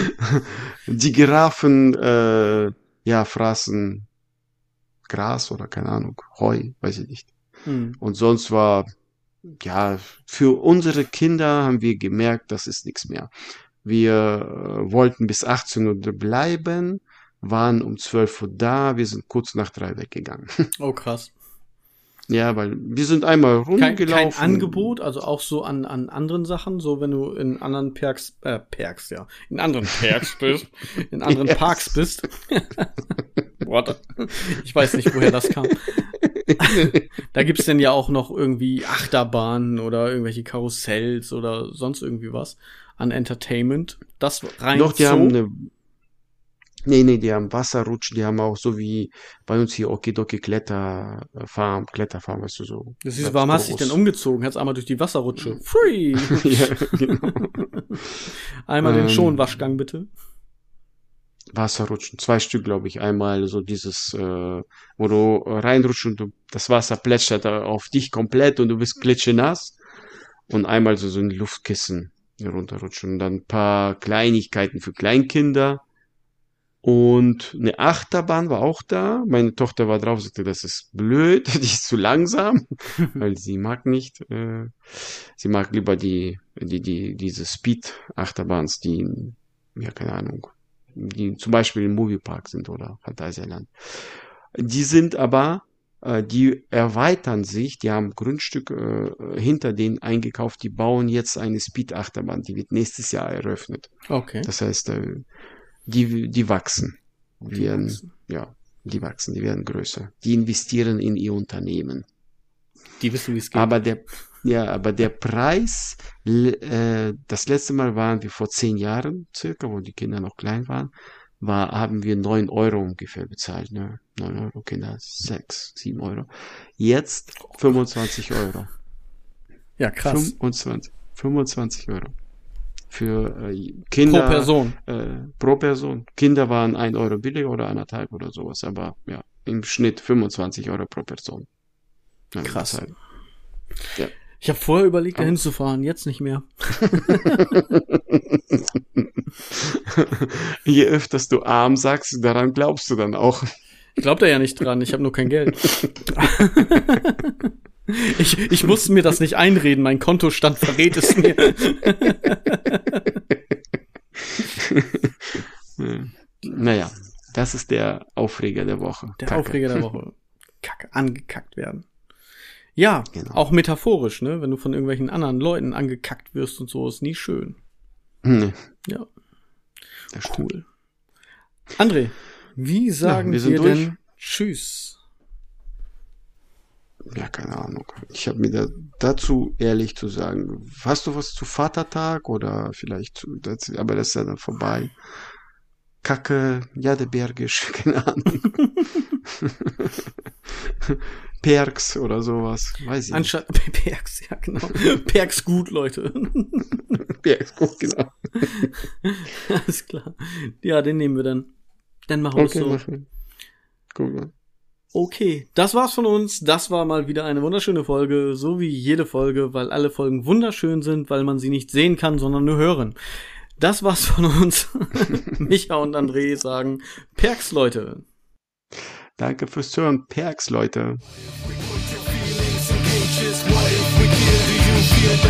Die Giraffen, äh, ja, fraßen Gras oder keine Ahnung, Heu, weiß ich nicht. Hm. Und sonst war, ja, für unsere Kinder haben wir gemerkt, das ist nichts mehr. Wir äh, wollten bis achtzehn Uhr bleiben, waren um zwölf Uhr da, wir sind kurz nach drei weggegangen. Oh, krass. Ja, weil wir sind einmal Kein, rumgelaufen. kein Angebot, also auch so an, an anderen Sachen, so wenn du in anderen Perks, äh, Perks, ja, in anderen Perks bist, in anderen Yes. Parks bist. What? Ich weiß nicht, woher das kam. Da gibt's denn ja auch noch irgendwie Achterbahnen oder irgendwelche Karussells oder sonst irgendwie was an Entertainment. Das rein Doch, die so. haben eine, nee, nee, die haben Wasserrutschen, die haben auch so wie bei uns hier Okidoki Kletterfarm, Kletterfarm, weißt du, so. Das ist, ganz warum hast du dich groß. denn umgezogen? Hat's einmal durch die Wasserrutsche. Free! Ja, genau. Einmal den Ähm. Schonwaschgang, bitte. Wasserrutschen, zwei Stück, glaube ich. Einmal so dieses, äh, wo du reinrutschst und du, das Wasser plätschert auf dich komplett und du bist klitschenass. Und einmal so, so ein Luftkissen runterrutschen. Und dann ein paar Kleinigkeiten für Kleinkinder. Und eine Achterbahn war auch da. Meine Tochter war drauf, sagte, das ist blöd, die ist zu langsam, weil sie mag nicht, äh, sie mag lieber die, die, die, diese Speed-Achterbahns, die, in, ja, keine Ahnung, die zum Beispiel im Moviepark sind oder Phantasialand. Die sind aber, äh, die erweitern sich, die haben Grundstück äh, hinter denen eingekauft, die bauen jetzt eine Speed-Achterbahn, die wird nächstes Jahr eröffnet. Okay. Das heißt, äh, die, die wachsen. Die Die werden, wachsen. ja, die wachsen, die werden größer. Die investieren in ihr Unternehmen. Die wissen, wie es geht. Aber der, ja, aber der Preis, l- äh, das letzte Mal waren wir vor zehn Jahren circa, wo die Kinder noch klein waren, war, haben wir neun Euro ungefähr bezahlt, ne? neun Euro, Kinder, sechs, sieben Euro. Jetzt fünfundzwanzig Euro. Ja, krass. fünfundzwanzig, fünfundzwanzig Euro. Für äh, Kinder. Pro Person. Äh, pro Person. Kinder waren ein Euro billiger oder anderthalb oder sowas, aber ja, im Schnitt fünfundzwanzig Euro pro Person. Ja, Krass. deshalb. Ja. Ich habe vorher überlegt, Aber- dahin zu fahren, jetzt nicht mehr. Je öfters du arm sagst, daran glaubst du dann auch. Ich glaube da ja nicht dran, ich habe nur kein Geld. ich, ich musste mir das nicht einreden, mein Kontostand verrät es mir. Naja, das ist der Aufreger der Woche. Der Kacke. Aufreger der Woche. Kacke, angekackt werden. Ja, Genau. auch metaphorisch, ne? Wenn du von irgendwelchen anderen Leuten angekackt wirst und so, ist nie schön. Nee, Ja, das stimmt. cool. André, Wie sagen Ja, wir wir, sind wir durch. denn Tschüss? Ja, keine Ahnung. Ich habe mir da, dazu ehrlich zu sagen, hast du was zu Vatertag oder vielleicht zu, das, aber das ist ja dann vorbei. Kacke, Jadebergisch, keine Ahnung. Perks oder sowas, weiß ich Anstatt Perks, ja genau. Perks gut, Leute. nicht. Perks, gut, genau. Alles klar. Ja, den nehmen wir dann. Dann machen wir Okay, es so. machen. Guck mal. Okay, das war's von uns. Das war mal wieder eine wunderschöne Folge, so wie jede Folge, weil alle Folgen wunderschön sind, weil man sie nicht sehen kann, sondern nur hören. Das war's von uns. Micha und André sagen Perks, Leute. Danke fürs Hören. Perks, Leute. Feelings and cages, what if we kill? Do you feel